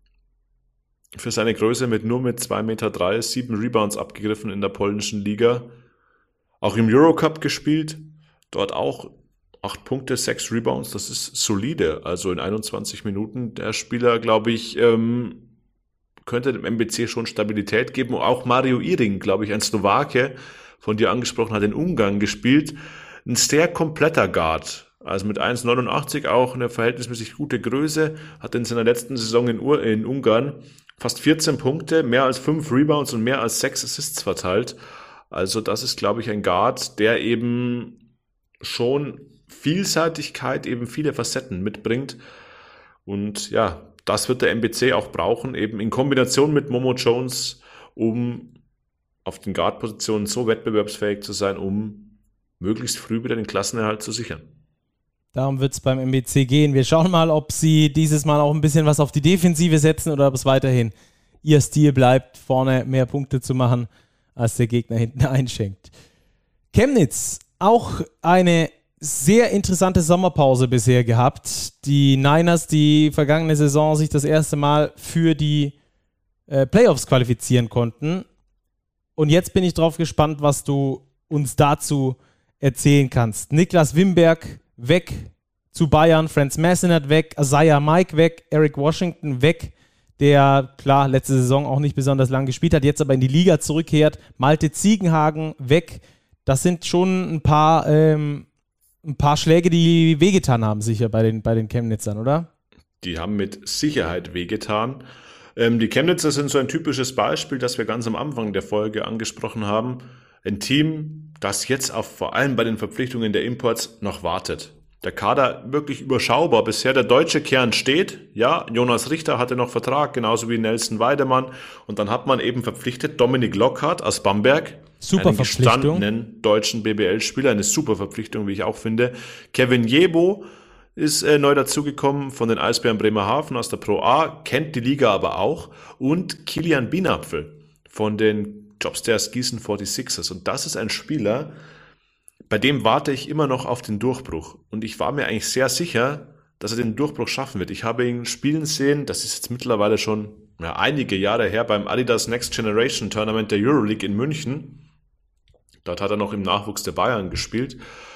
Für seine Größe mit nur mit zwei Meter drei, sieben Rebounds abgegriffen in der polnischen Liga. Auch im Eurocup gespielt. Dort auch acht Punkte, sechs Rebounds. Das ist solide. Also in einundzwanzig Minuten. Der Spieler, glaube ich, ähm, könnte dem M B C schon Stabilität geben. Und auch Mario Iring, glaube ich, ein Slowake, von dir angesprochen, hat in Ungarn gespielt. Ein sehr kompletter Guard. Also mit eins Komma neunundachtzig auch eine verhältnismäßig gute Größe. Hat in seiner letzten Saison in, Ur- in Ungarn fast vierzehn Punkte, mehr als fünf Rebounds und mehr als sechs Assists verteilt. Also das ist, glaube ich, ein Guard, der eben schon Vielseitigkeit, eben viele Facetten mitbringt. Und ja, das wird der M B C auch brauchen, eben in Kombination mit Momo Jones, um auf den Guard-Positionen so wettbewerbsfähig zu sein, um möglichst früh wieder den Klassenerhalt zu sichern. Darum wird es beim M B C gehen. Wir schauen mal, ob sie dieses Mal auch ein bisschen was auf die Defensive setzen oder ob es weiterhin ihr Stil bleibt, vorne mehr Punkte zu machen, als der Gegner hinten einschenkt. Chemnitz, auch eine sehr interessante Sommerpause bisher gehabt. Die Niners, die vergangene Saison sich das erste Mal für die äh, Playoffs qualifizieren konnten. Und jetzt bin ich drauf gespannt, was du uns dazu erzählen kannst. Niklas Wimberg weg zu Bayern, Franz Massenat weg, Isaiah Mike weg, Eric Washington weg, der, klar, letzte Saison auch nicht besonders lang gespielt hat, jetzt aber in die Liga zurückkehrt. Malte Ziegenhagen weg. Das sind schon ein paar, ähm, ein paar Schläge, die wehgetan haben, sicher bei den, bei den Chemnitzern, oder? Die haben mit Sicherheit wehgetan. Ähm, die Chemnitzer sind so ein typisches Beispiel, das wir ganz am Anfang der Folge angesprochen haben. Ein Team, das jetzt auf, vor allem bei den Verpflichtungen der Imports noch wartet. Der Kader wirklich überschaubar. Bisher der deutsche Kern steht. Ja, Jonas Richter hatte noch Vertrag, genauso wie Nelson Weidemann. Und dann hat man eben verpflichtet Dominik Lockhart aus Bamberg. Super einen Verpflichtung. Gestandenen deutschen B B L-Spieler. Eine super Verpflichtung, wie ich auch finde. Kevin Jebo ist äh, neu dazugekommen von den Eisbären Bremerhaven aus der Pro A, kennt die Liga aber auch. Und Kilian Bienapfel von den Jobsters Gießen forty-sixers. Und das ist ein Spieler, bei dem warte ich immer noch auf den Durchbruch. Und ich war mir eigentlich sehr sicher, dass er den Durchbruch schaffen wird. Ich habe ihn spielen sehen, das ist jetzt mittlerweile schon ja, einige Jahre her, beim Adidas Next Generation Tournament der Euroleague in München. Dort hat er noch im Nachwuchs der Bayern gespielt.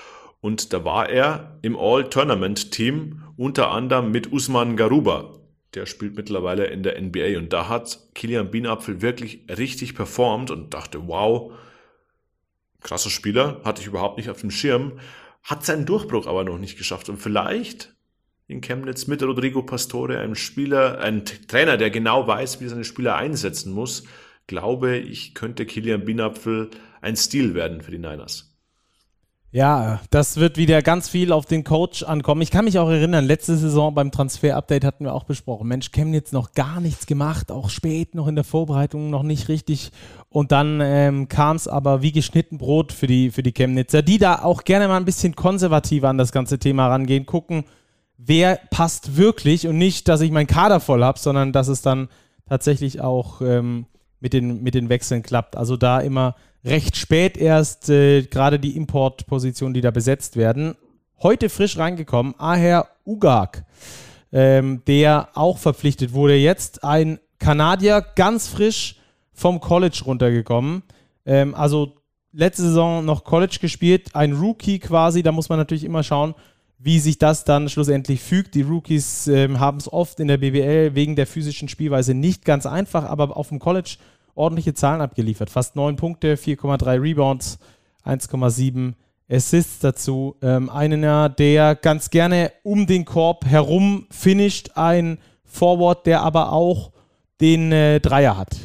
Und da war er im All-Tournament-Team, unter anderem mit Usman Garuba. Der spielt mittlerweile in der N B A. Und da hat Kilian Bienapfel wirklich richtig performt und dachte, wow, krasser Spieler, hatte ich überhaupt nicht auf dem Schirm, hat seinen Durchbruch aber noch nicht geschafft. Und vielleicht in Chemnitz mit Rodrigo Pastore, einem Spieler, ein Trainer, der genau weiß, wie er seine Spieler einsetzen muss, glaube ich, könnte Kilian Bienapfel ein Stil werden für die Niners. Ja, das wird wieder ganz viel auf den Coach ankommen. Ich kann mich auch erinnern, letzte Saison beim Transfer-Update hatten wir auch besprochen, Mensch, Chemnitz noch gar nichts gemacht, auch spät noch in der Vorbereitung noch nicht richtig. Und dann ähm, kam es aber wie geschnitten Brot für die, für die Chemnitzer, die da auch gerne mal ein bisschen konservativer an das ganze Thema rangehen, gucken, wer passt wirklich und nicht, dass ich meinen Kader voll habe, sondern dass es dann tatsächlich auch ähm, mit den, mit den Wechseln klappt. Also da immer recht spät erst äh, gerade die Importpositionen, die da besetzt werden. Heute frisch reingekommen, Aher Ugag, ähm, der auch verpflichtet wurde. Jetzt ein Kanadier, ganz frisch vom College runtergekommen. Ähm, also letzte Saison noch College gespielt, ein Rookie quasi. Da muss man natürlich immer schauen, wie sich das dann schlussendlich fügt. Die Rookies ähm, haben es oft in der B B L wegen der physischen Spielweise nicht ganz einfach, aber auf dem College ordentliche Zahlen abgeliefert. Fast neun Punkte, vier Komma drei Rebounds, eins Komma sieben Assists dazu. Ähm, einer, der ganz gerne um den Korb herum finisht. Ein Forward, der aber auch den äh, Dreier hat.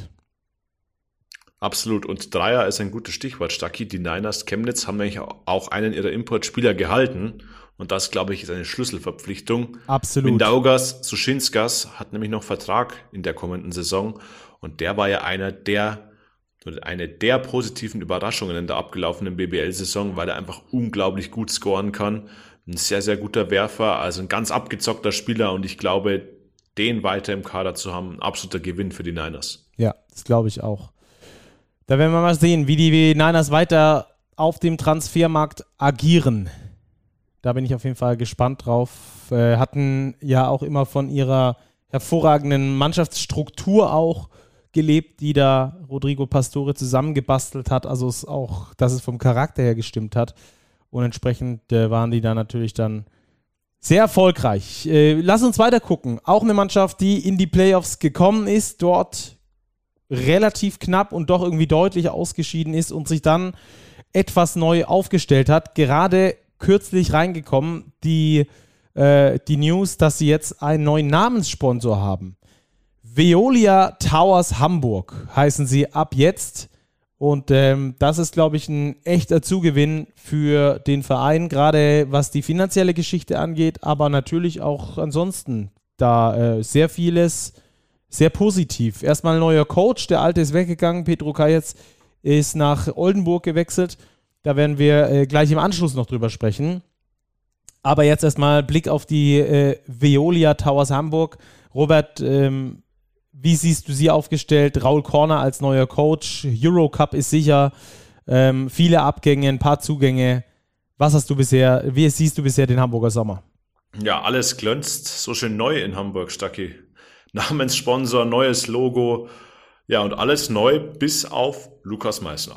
Absolut. Und Dreier ist ein gutes Stichwort, Stacki. Die Niners Chemnitz haben nämlich auch einen ihrer Importspieler gehalten. Und das, glaube ich, ist eine Schlüsselverpflichtung. Absolut. Mindaugas Suschinskas hat nämlich noch Vertrag in der kommenden Saison. Und der war ja einer der, eine der positiven Überraschungen in der abgelaufenen B B L-Saison, weil er einfach unglaublich gut scoren kann. Ein sehr, sehr guter Werfer, also ein ganz abgezockter Spieler. Und ich glaube, den weiter im Kader zu haben, ein absoluter Gewinn für die Niners. Ja, das glaube ich auch. Da werden wir mal sehen, wie die Niners weiter auf dem Transfermarkt agieren. Da bin ich auf jeden Fall gespannt drauf. Äh, hatten ja auch immer von ihrer hervorragenden Mannschaftsstruktur auch gelebt, die da Rodrigo Pastore zusammengebastelt hat. Also es auch, dass es vom Charakter her gestimmt hat. Und entsprechend äh, waren die da natürlich dann sehr erfolgreich. Äh, lass uns weiter gucken. Auch eine Mannschaft, die in die Playoffs gekommen ist, dort relativ knapp und doch irgendwie deutlich ausgeschieden ist und sich dann etwas neu aufgestellt hat. Gerade kürzlich reingekommen, die, äh, die News, dass sie jetzt einen neuen Namenssponsor haben. Veolia Towers Hamburg heißen sie ab jetzt. Und ähm, das ist, glaube ich, ein echter Zugewinn für den Verein, gerade was die finanzielle Geschichte angeht, aber natürlich auch ansonsten da äh, sehr vieles sehr positiv. Erstmal ein neuer Coach, der alte ist weggegangen, Petro Kajetz ist nach Oldenburg gewechselt. Da werden wir äh, gleich im Anschluss noch drüber sprechen. Aber jetzt erstmal Blick auf die äh, Veolia Towers Hamburg. Robert, ähm, wie siehst du sie aufgestellt? Raul Corner als neuer Coach. Eurocup ist sicher. Ähm, viele Abgänge, ein paar Zugänge. Was hast du bisher, wie siehst du bisher den Hamburger Sommer? Ja, alles glänzt so schön neu in Hamburg, Stacki. Namenssponsor, neues Logo. Ja, und alles neu bis auf Lukas Meissner.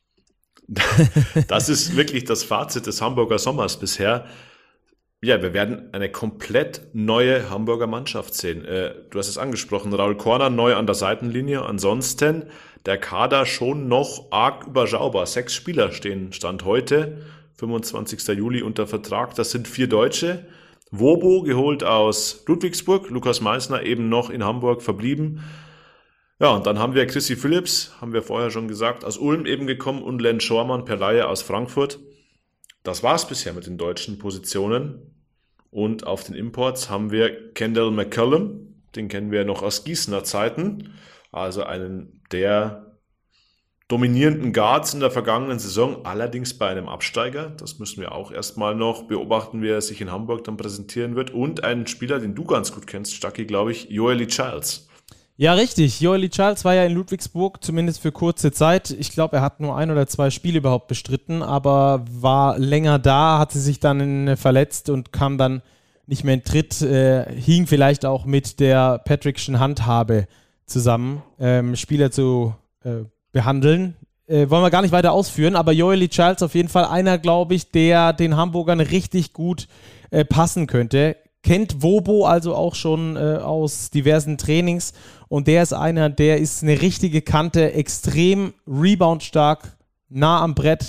Das ist wirklich das Fazit des Hamburger Sommers bisher. Ja, wir werden eine komplett neue Hamburger Mannschaft sehen. Äh, du hast es angesprochen, Raul Corner neu an der Seitenlinie. Ansonsten der Kader schon noch arg überschaubar. Sechs Spieler stehen Stand heute, fünfundzwanzigster Juli unter Vertrag. Das sind vier Deutsche. Wobo geholt aus Ludwigsburg, Lukas Meissner eben noch in Hamburg verblieben. Ja, und dann haben wir Chrissy Phillips, haben wir vorher schon gesagt, aus Ulm eben gekommen und Len Schormann per Leihe aus Frankfurt. Das war's bisher mit den deutschen Positionen. Und auf den Imports haben wir Kendall McCallum, den kennen wir noch aus Gießener Zeiten, also einen der dominierenden Guards in der vergangenen Saison, allerdings bei einem Absteiger. Das müssen wir auch erstmal noch beobachten, wie er sich in Hamburg dann präsentieren wird. Und einen Spieler, den du ganz gut kennst, Stacki, glaube ich, Yoeli Childs. Ja, richtig. Yoeli Childs war ja in Ludwigsburg, zumindest für kurze Zeit. Ich glaube, er hat nur ein oder zwei Spiele überhaupt bestritten, aber war länger da, hatte sich dann verletzt und kam dann nicht mehr in Tritt. Äh, hing vielleicht auch mit der Patrickschen Handhabe zusammen, ähm, Spieler zu äh, behandeln. Äh, wollen wir gar nicht weiter ausführen, aber Yoeli Childs auf jeden Fall einer, glaube ich, der den Hamburgern richtig gut äh, passen könnte. Kennt Wobo also auch schon äh, aus diversen Trainings und der ist einer, der ist eine richtige Kante, extrem reboundstark, nah am Brett,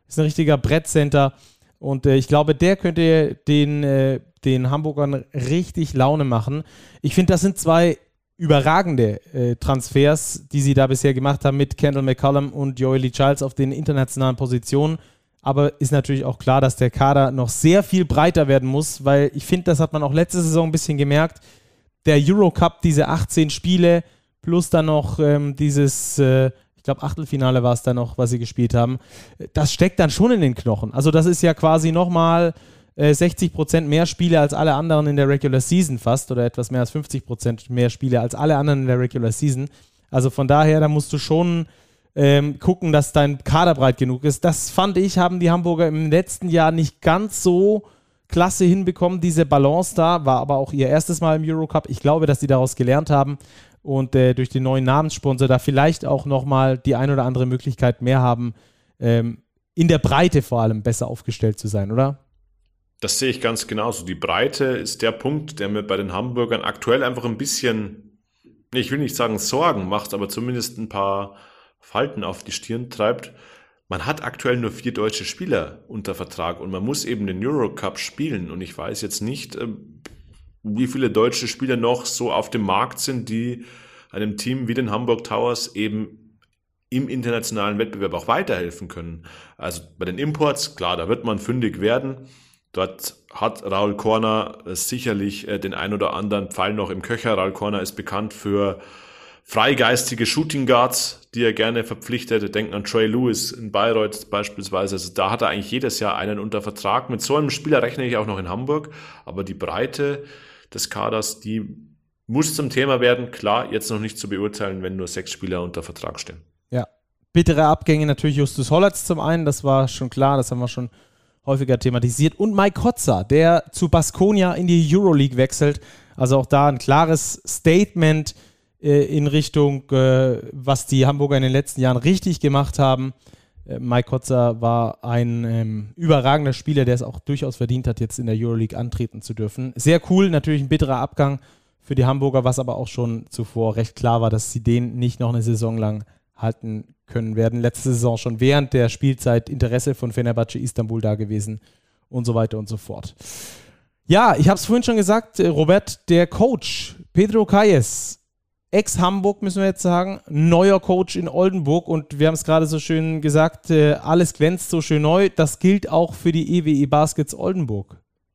ist ein richtiger Brettcenter und äh, ich glaube, der könnte den, äh, den Hamburgern richtig Laune machen. Ich finde, das sind zwei überragende äh, Transfers, die sie da bisher gemacht haben mit Kendall McCollum und Yoeli Childs auf den internationalen Positionen. Aber ist natürlich auch klar, dass der Kader noch sehr viel breiter werden muss, weil ich finde, das hat man auch letzte Saison ein bisschen gemerkt. Der Eurocup, diese achtzehn Spiele, plus dann noch ähm, dieses, äh, ich glaube Achtelfinale war es dann noch, was sie gespielt haben, das steckt dann schon in den Knochen. Also das ist ja quasi nochmal äh, sechzig Prozent mehr Spiele als alle anderen in der Regular Season fast, oder etwas mehr als fünfzig Prozent mehr Spiele als alle anderen in der Regular Season. Also von daher, da musst du schon Ähm, gucken, dass dein Kader breit genug ist. Das fand ich, haben die Hamburger im letzten Jahr nicht ganz so klasse hinbekommen, diese Balance da, war aber auch ihr erstes Mal im Eurocup. Ich glaube, dass sie daraus gelernt haben und äh, durch den neuen Namenssponsor da vielleicht auch nochmal die ein oder andere Möglichkeit mehr haben, ähm, in der Breite vor allem besser aufgestellt zu sein, oder? Das sehe ich ganz genauso. Die Breite ist der Punkt, der mir bei den Hamburgern aktuell einfach ein bisschen, ich will nicht sagen Sorgen macht, aber zumindest ein paar Falten auf die Stirn treibt. Man hat aktuell nur vier deutsche Spieler unter Vertrag und man muss eben den Eurocup spielen und ich weiß jetzt nicht, wie viele deutsche Spieler noch so auf dem Markt sind, die einem Team wie den Hamburg Towers eben im internationalen Wettbewerb auch weiterhelfen können. Also bei den Imports, klar, da wird man fündig werden. Dort hat Raul Korner sicherlich den ein oder anderen Pfeil noch im Köcher. Raul Korner ist bekannt für freigeistige Shooting Guards, die er gerne verpflichtet. Denken an Trey Lewis in Bayreuth beispielsweise. Also da hat er eigentlich jedes Jahr einen unter Vertrag. Mit so einem Spieler rechne ich auch noch in Hamburg. Aber die Breite des Kaders, die muss zum Thema werden. Klar, jetzt noch nicht zu beurteilen, wenn nur sechs Spieler unter Vertrag stehen. Ja, bittere Abgänge natürlich Justus Hollatz zum einen. Das war schon klar, das haben wir schon häufiger thematisiert. Und Mike Hotzer, der zu Baskonia in die Euroleague wechselt. Also auch da ein klares Statement in Richtung, äh, was die Hamburger in den letzten Jahren richtig gemacht haben. Äh, Mike Hotzer war ein ähm, überragender Spieler, der es auch durchaus verdient hat, jetzt in der Euroleague antreten zu dürfen. Sehr cool, natürlich ein bitterer Abgang für die Hamburger, was aber auch schon zuvor recht klar war, dass sie den nicht noch eine Saison lang halten können werden. Letzte Saison schon während der Spielzeit Interesse von Fenerbahce Istanbul da gewesen und so weiter und so fort. Ja, ich habe es vorhin schon gesagt, Robert, der Coach Pedro Calles, Ex-Hamburg, müssen wir jetzt sagen, neuer Coach in Oldenburg und wir haben es gerade so schön gesagt, äh, alles glänzt so schön neu. Das gilt auch für die E W E Baskets Oldenburg.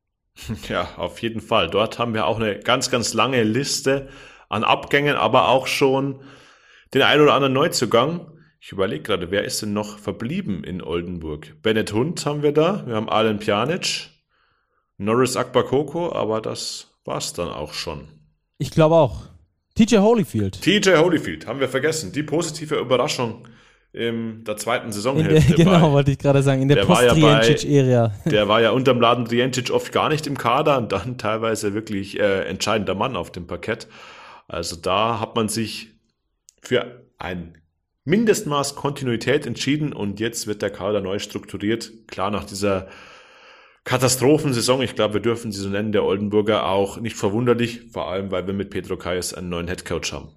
Ja, auf jeden Fall. Dort haben wir auch eine ganz, ganz lange Liste an Abgängen, aber auch schon den ein oder anderen Neuzugang. Ich überlege gerade, wer ist denn noch verblieben in Oldenburg? Bennett Hund haben wir da, wir haben Alen Pjanic, Norris Akbakoko, aber das war's dann auch schon. Ich glaube auch. T J Holyfield. T J Holyfield, haben wir vergessen. Die positive Überraschung in der zweiten Saisonhälfte. Der, genau, wollte ich gerade sagen, in der Post-Drijancic-Ära. Ja der war ja unterm Laden Drijancic oft gar nicht im Kader und dann teilweise wirklich äh, entscheidender Mann auf dem Parkett. Also da hat man sich für ein Mindestmaß Kontinuität entschieden und jetzt wird der Kader neu strukturiert. Klar, nach dieser Katastrophensaison, ich glaube, wir dürfen sie so nennen, der Oldenburger, auch nicht verwunderlich, vor allem, weil wir mit Pedro Calles einen neuen Headcoach haben.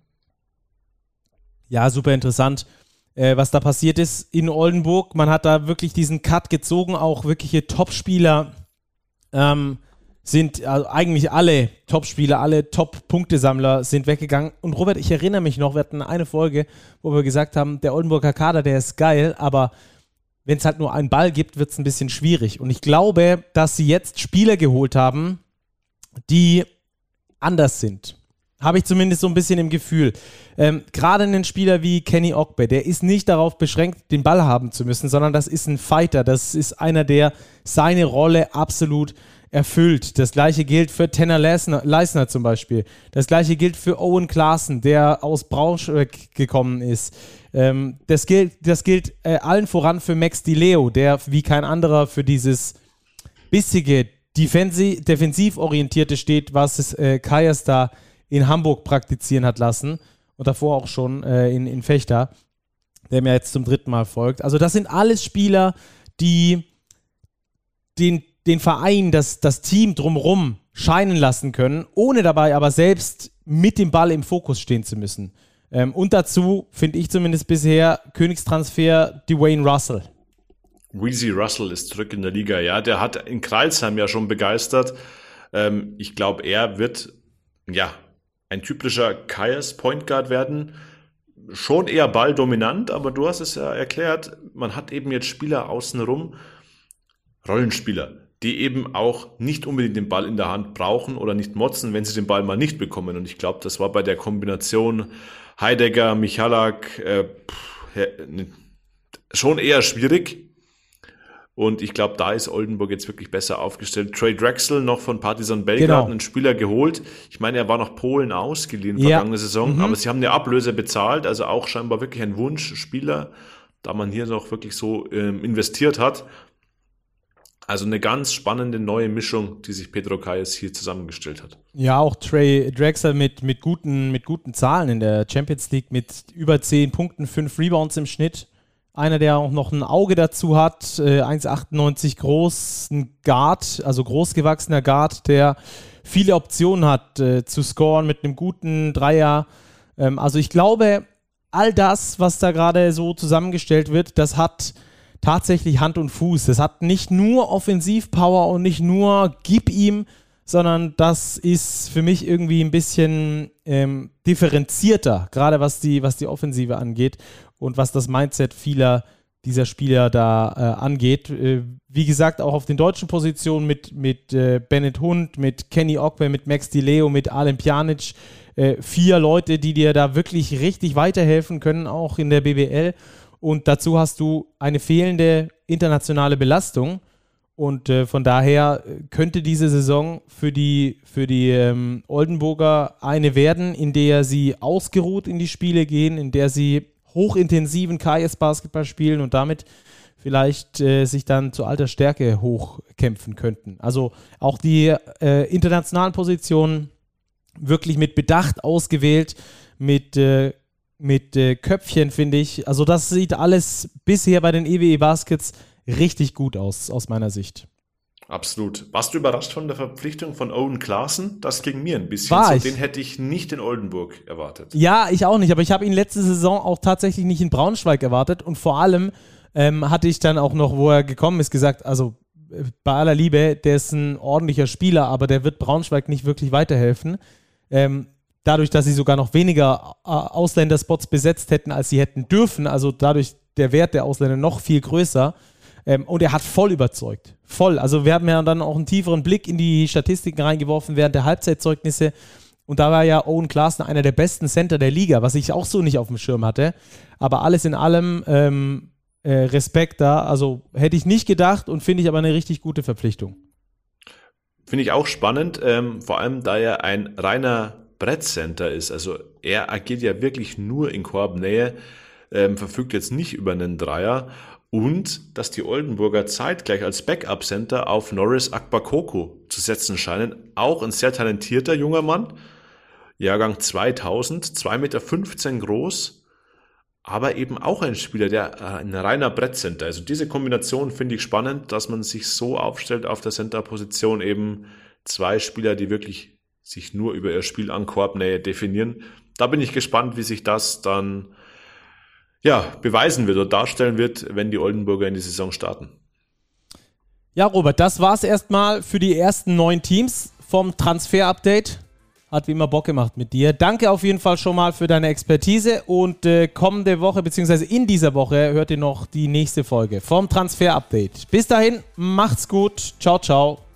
Ja, super interessant, äh, was da passiert ist in Oldenburg. Man hat da wirklich diesen Cut gezogen, auch wirkliche Topspieler ähm, sind, also eigentlich alle Topspieler, alle Top-Punktesammler sind weggegangen. Und Robert, ich erinnere mich noch, wir hatten eine Folge, wo wir gesagt haben, der Oldenburger Kader, der ist geil, aber wenn es halt nur einen Ball gibt, wird es ein bisschen schwierig. Und ich glaube, dass sie jetzt Spieler geholt haben, die anders sind. Habe ich zumindest so ein bisschen im Gefühl. Ähm, Gerade einen Spieler wie Kenny Ogbe, der ist nicht darauf beschränkt, den Ball haben zu müssen, sondern das ist ein Fighter. Das ist einer, der seine Rolle absolut erfüllt. Das gleiche gilt für Tanner Leisner, Leisner zum Beispiel. Das gleiche gilt für Owen Klaassen, der aus Braunschweig gekommen ist. Ähm, das gilt, das gilt äh, allen voran für Max Di Leo, der wie kein anderer für dieses bissige, defensiv, defensiv orientierte steht, was es äh, Calles da in Hamburg praktizieren hat lassen und davor auch schon äh, in, in Vechta, der mir jetzt zum dritten Mal folgt. Also das sind alles Spieler, die den, den Verein, das, das Team drumherum scheinen lassen können, ohne dabei aber selbst mit dem Ball im Fokus stehen zu müssen. Ähm, und dazu, finde ich zumindest bisher, Königstransfer Dwayne Russell. Weezy Russell ist zurück in der Liga. Ja, der hat in Crailsheim ja schon begeistert. Ähm, ich glaube, er wird ja ein typischer Kayers Point Guard werden. Schon eher balldominant, aber du hast es ja erklärt, man hat eben jetzt Spieler außenrum, Rollenspieler, die eben auch nicht unbedingt den Ball in der Hand brauchen oder nicht motzen, wenn sie den Ball mal nicht bekommen. Und ich glaube, das war bei der Kombination Heidegger, Michalak äh, schon eher schwierig. Und ich glaube, da ist Oldenburg jetzt wirklich besser aufgestellt. Trey Drexel noch von Partizan Belgrad, genau. Einen Spieler geholt. Ich meine, er war nach Polen ausgeliehen ja. vergangene Saison, mhm. aber sie haben eine Ablöse bezahlt, also auch scheinbar wirklich ein Wunschspieler, da man hier noch wirklich so ähm, investiert hat. Also eine ganz spannende neue Mischung, die sich Pedro Kayes hier zusammengestellt hat. Ja, auch Trey Drexel mit, mit, guten, mit guten Zahlen in der Champions League, mit über zehn Punkten, fünf Rebounds im Schnitt. Einer, der auch noch ein Auge dazu hat, äh, eins Komma achtundneunzig groß, ein Guard, also großgewachsener Guard, der viele Optionen hat äh, zu scoren mit einem guten Dreier. Ähm, also ich glaube, all das, was da gerade so zusammengestellt wird, das hat tatsächlich Hand und Fuß. Das hat nicht nur Offensivpower und nicht nur gib ihm, sondern das ist für mich irgendwie ein bisschen ähm, differenzierter, gerade was die, was die Offensive angeht und was das Mindset vieler dieser Spieler da äh, angeht. Äh, wie gesagt, auch auf den deutschen Positionen mit, mit äh, Bennett Hund, mit Kenny Ogbe, mit Max DiLeo, mit Alen Pjanic, äh, vier Leute, die dir da wirklich richtig weiterhelfen können, auch in der B B L. Und dazu hast du eine fehlende internationale Belastung. Und äh, von daher könnte diese Saison für die, für die ähm, Oldenburger eine werden, in der sie ausgeruht in die Spiele gehen, in der sie hochintensiven K S-Basketball spielen und damit vielleicht äh, sich dann zu alter Stärke hochkämpfen könnten. Also auch die äh, internationalen Positionen wirklich mit Bedacht ausgewählt, mit, äh, mit äh, Köpfchen, finde ich. Also das sieht alles bisher bei den E W E Baskets richtig gut aus, aus meiner Sicht. Absolut. Warst du überrascht von der Verpflichtung von Owen Klaassen? Das ging mir ein bisschen War so. ich. Den hätte ich nicht in Oldenburg erwartet. Ja, ich auch nicht, aber ich habe ihn letzte Saison auch tatsächlich nicht in Braunschweig erwartet und vor allem ähm, hatte ich dann auch noch, wo er gekommen ist, gesagt, also äh, bei aller Liebe, der ist ein ordentlicher Spieler, aber der wird Braunschweig nicht wirklich weiterhelfen. Ähm, dadurch, dass sie sogar noch weniger äh, Ausländerspots besetzt hätten, als sie hätten dürfen, also dadurch der Wert der Ausländer noch viel größer. Ähm, und er hat voll überzeugt. Voll. Also wir haben ja dann auch einen tieferen Blick in die Statistiken reingeworfen während der Halbzeitzeugnisse. Und da war ja Owen Klaassen einer der besten Center der Liga, was ich auch so nicht auf dem Schirm hatte. Aber alles in allem ähm, äh, Respekt da. Also hätte ich nicht gedacht und finde ich aber eine richtig gute Verpflichtung. Finde ich auch spannend, ähm, vor allem da er ein reiner Brettcenter ist. Also er agiert ja wirklich nur in Korbnähe, ähm, verfügt jetzt nicht über einen Dreier. Und dass die Oldenburger zeitgleich als Backup-Center auf Norris Akbakoko zu setzen scheinen. Auch ein sehr talentierter junger Mann. Jahrgang zweitausend, zwei Meter fünfzehn groß. Aber eben auch ein Spieler, der ein reiner Brettcenter. Also diese Kombination finde ich spannend, dass man sich so aufstellt auf der Center-Position. Eben zwei Spieler, die wirklich sich nur über ihr Spiel an Korbnähe definieren. Da bin ich gespannt, wie sich das dann ja, beweisen wird oder darstellen wird, wenn die Oldenburger in die Saison starten. Ja, Robert, das war's erstmal für die ersten neun Teams vom Transfer-Update. Hat wie immer Bock gemacht mit dir. Danke auf jeden Fall schon mal für deine Expertise und äh, kommende Woche, beziehungsweise in dieser Woche, hört ihr noch die nächste Folge vom Transfer-Update. Bis dahin, macht's gut. Ciao, ciao.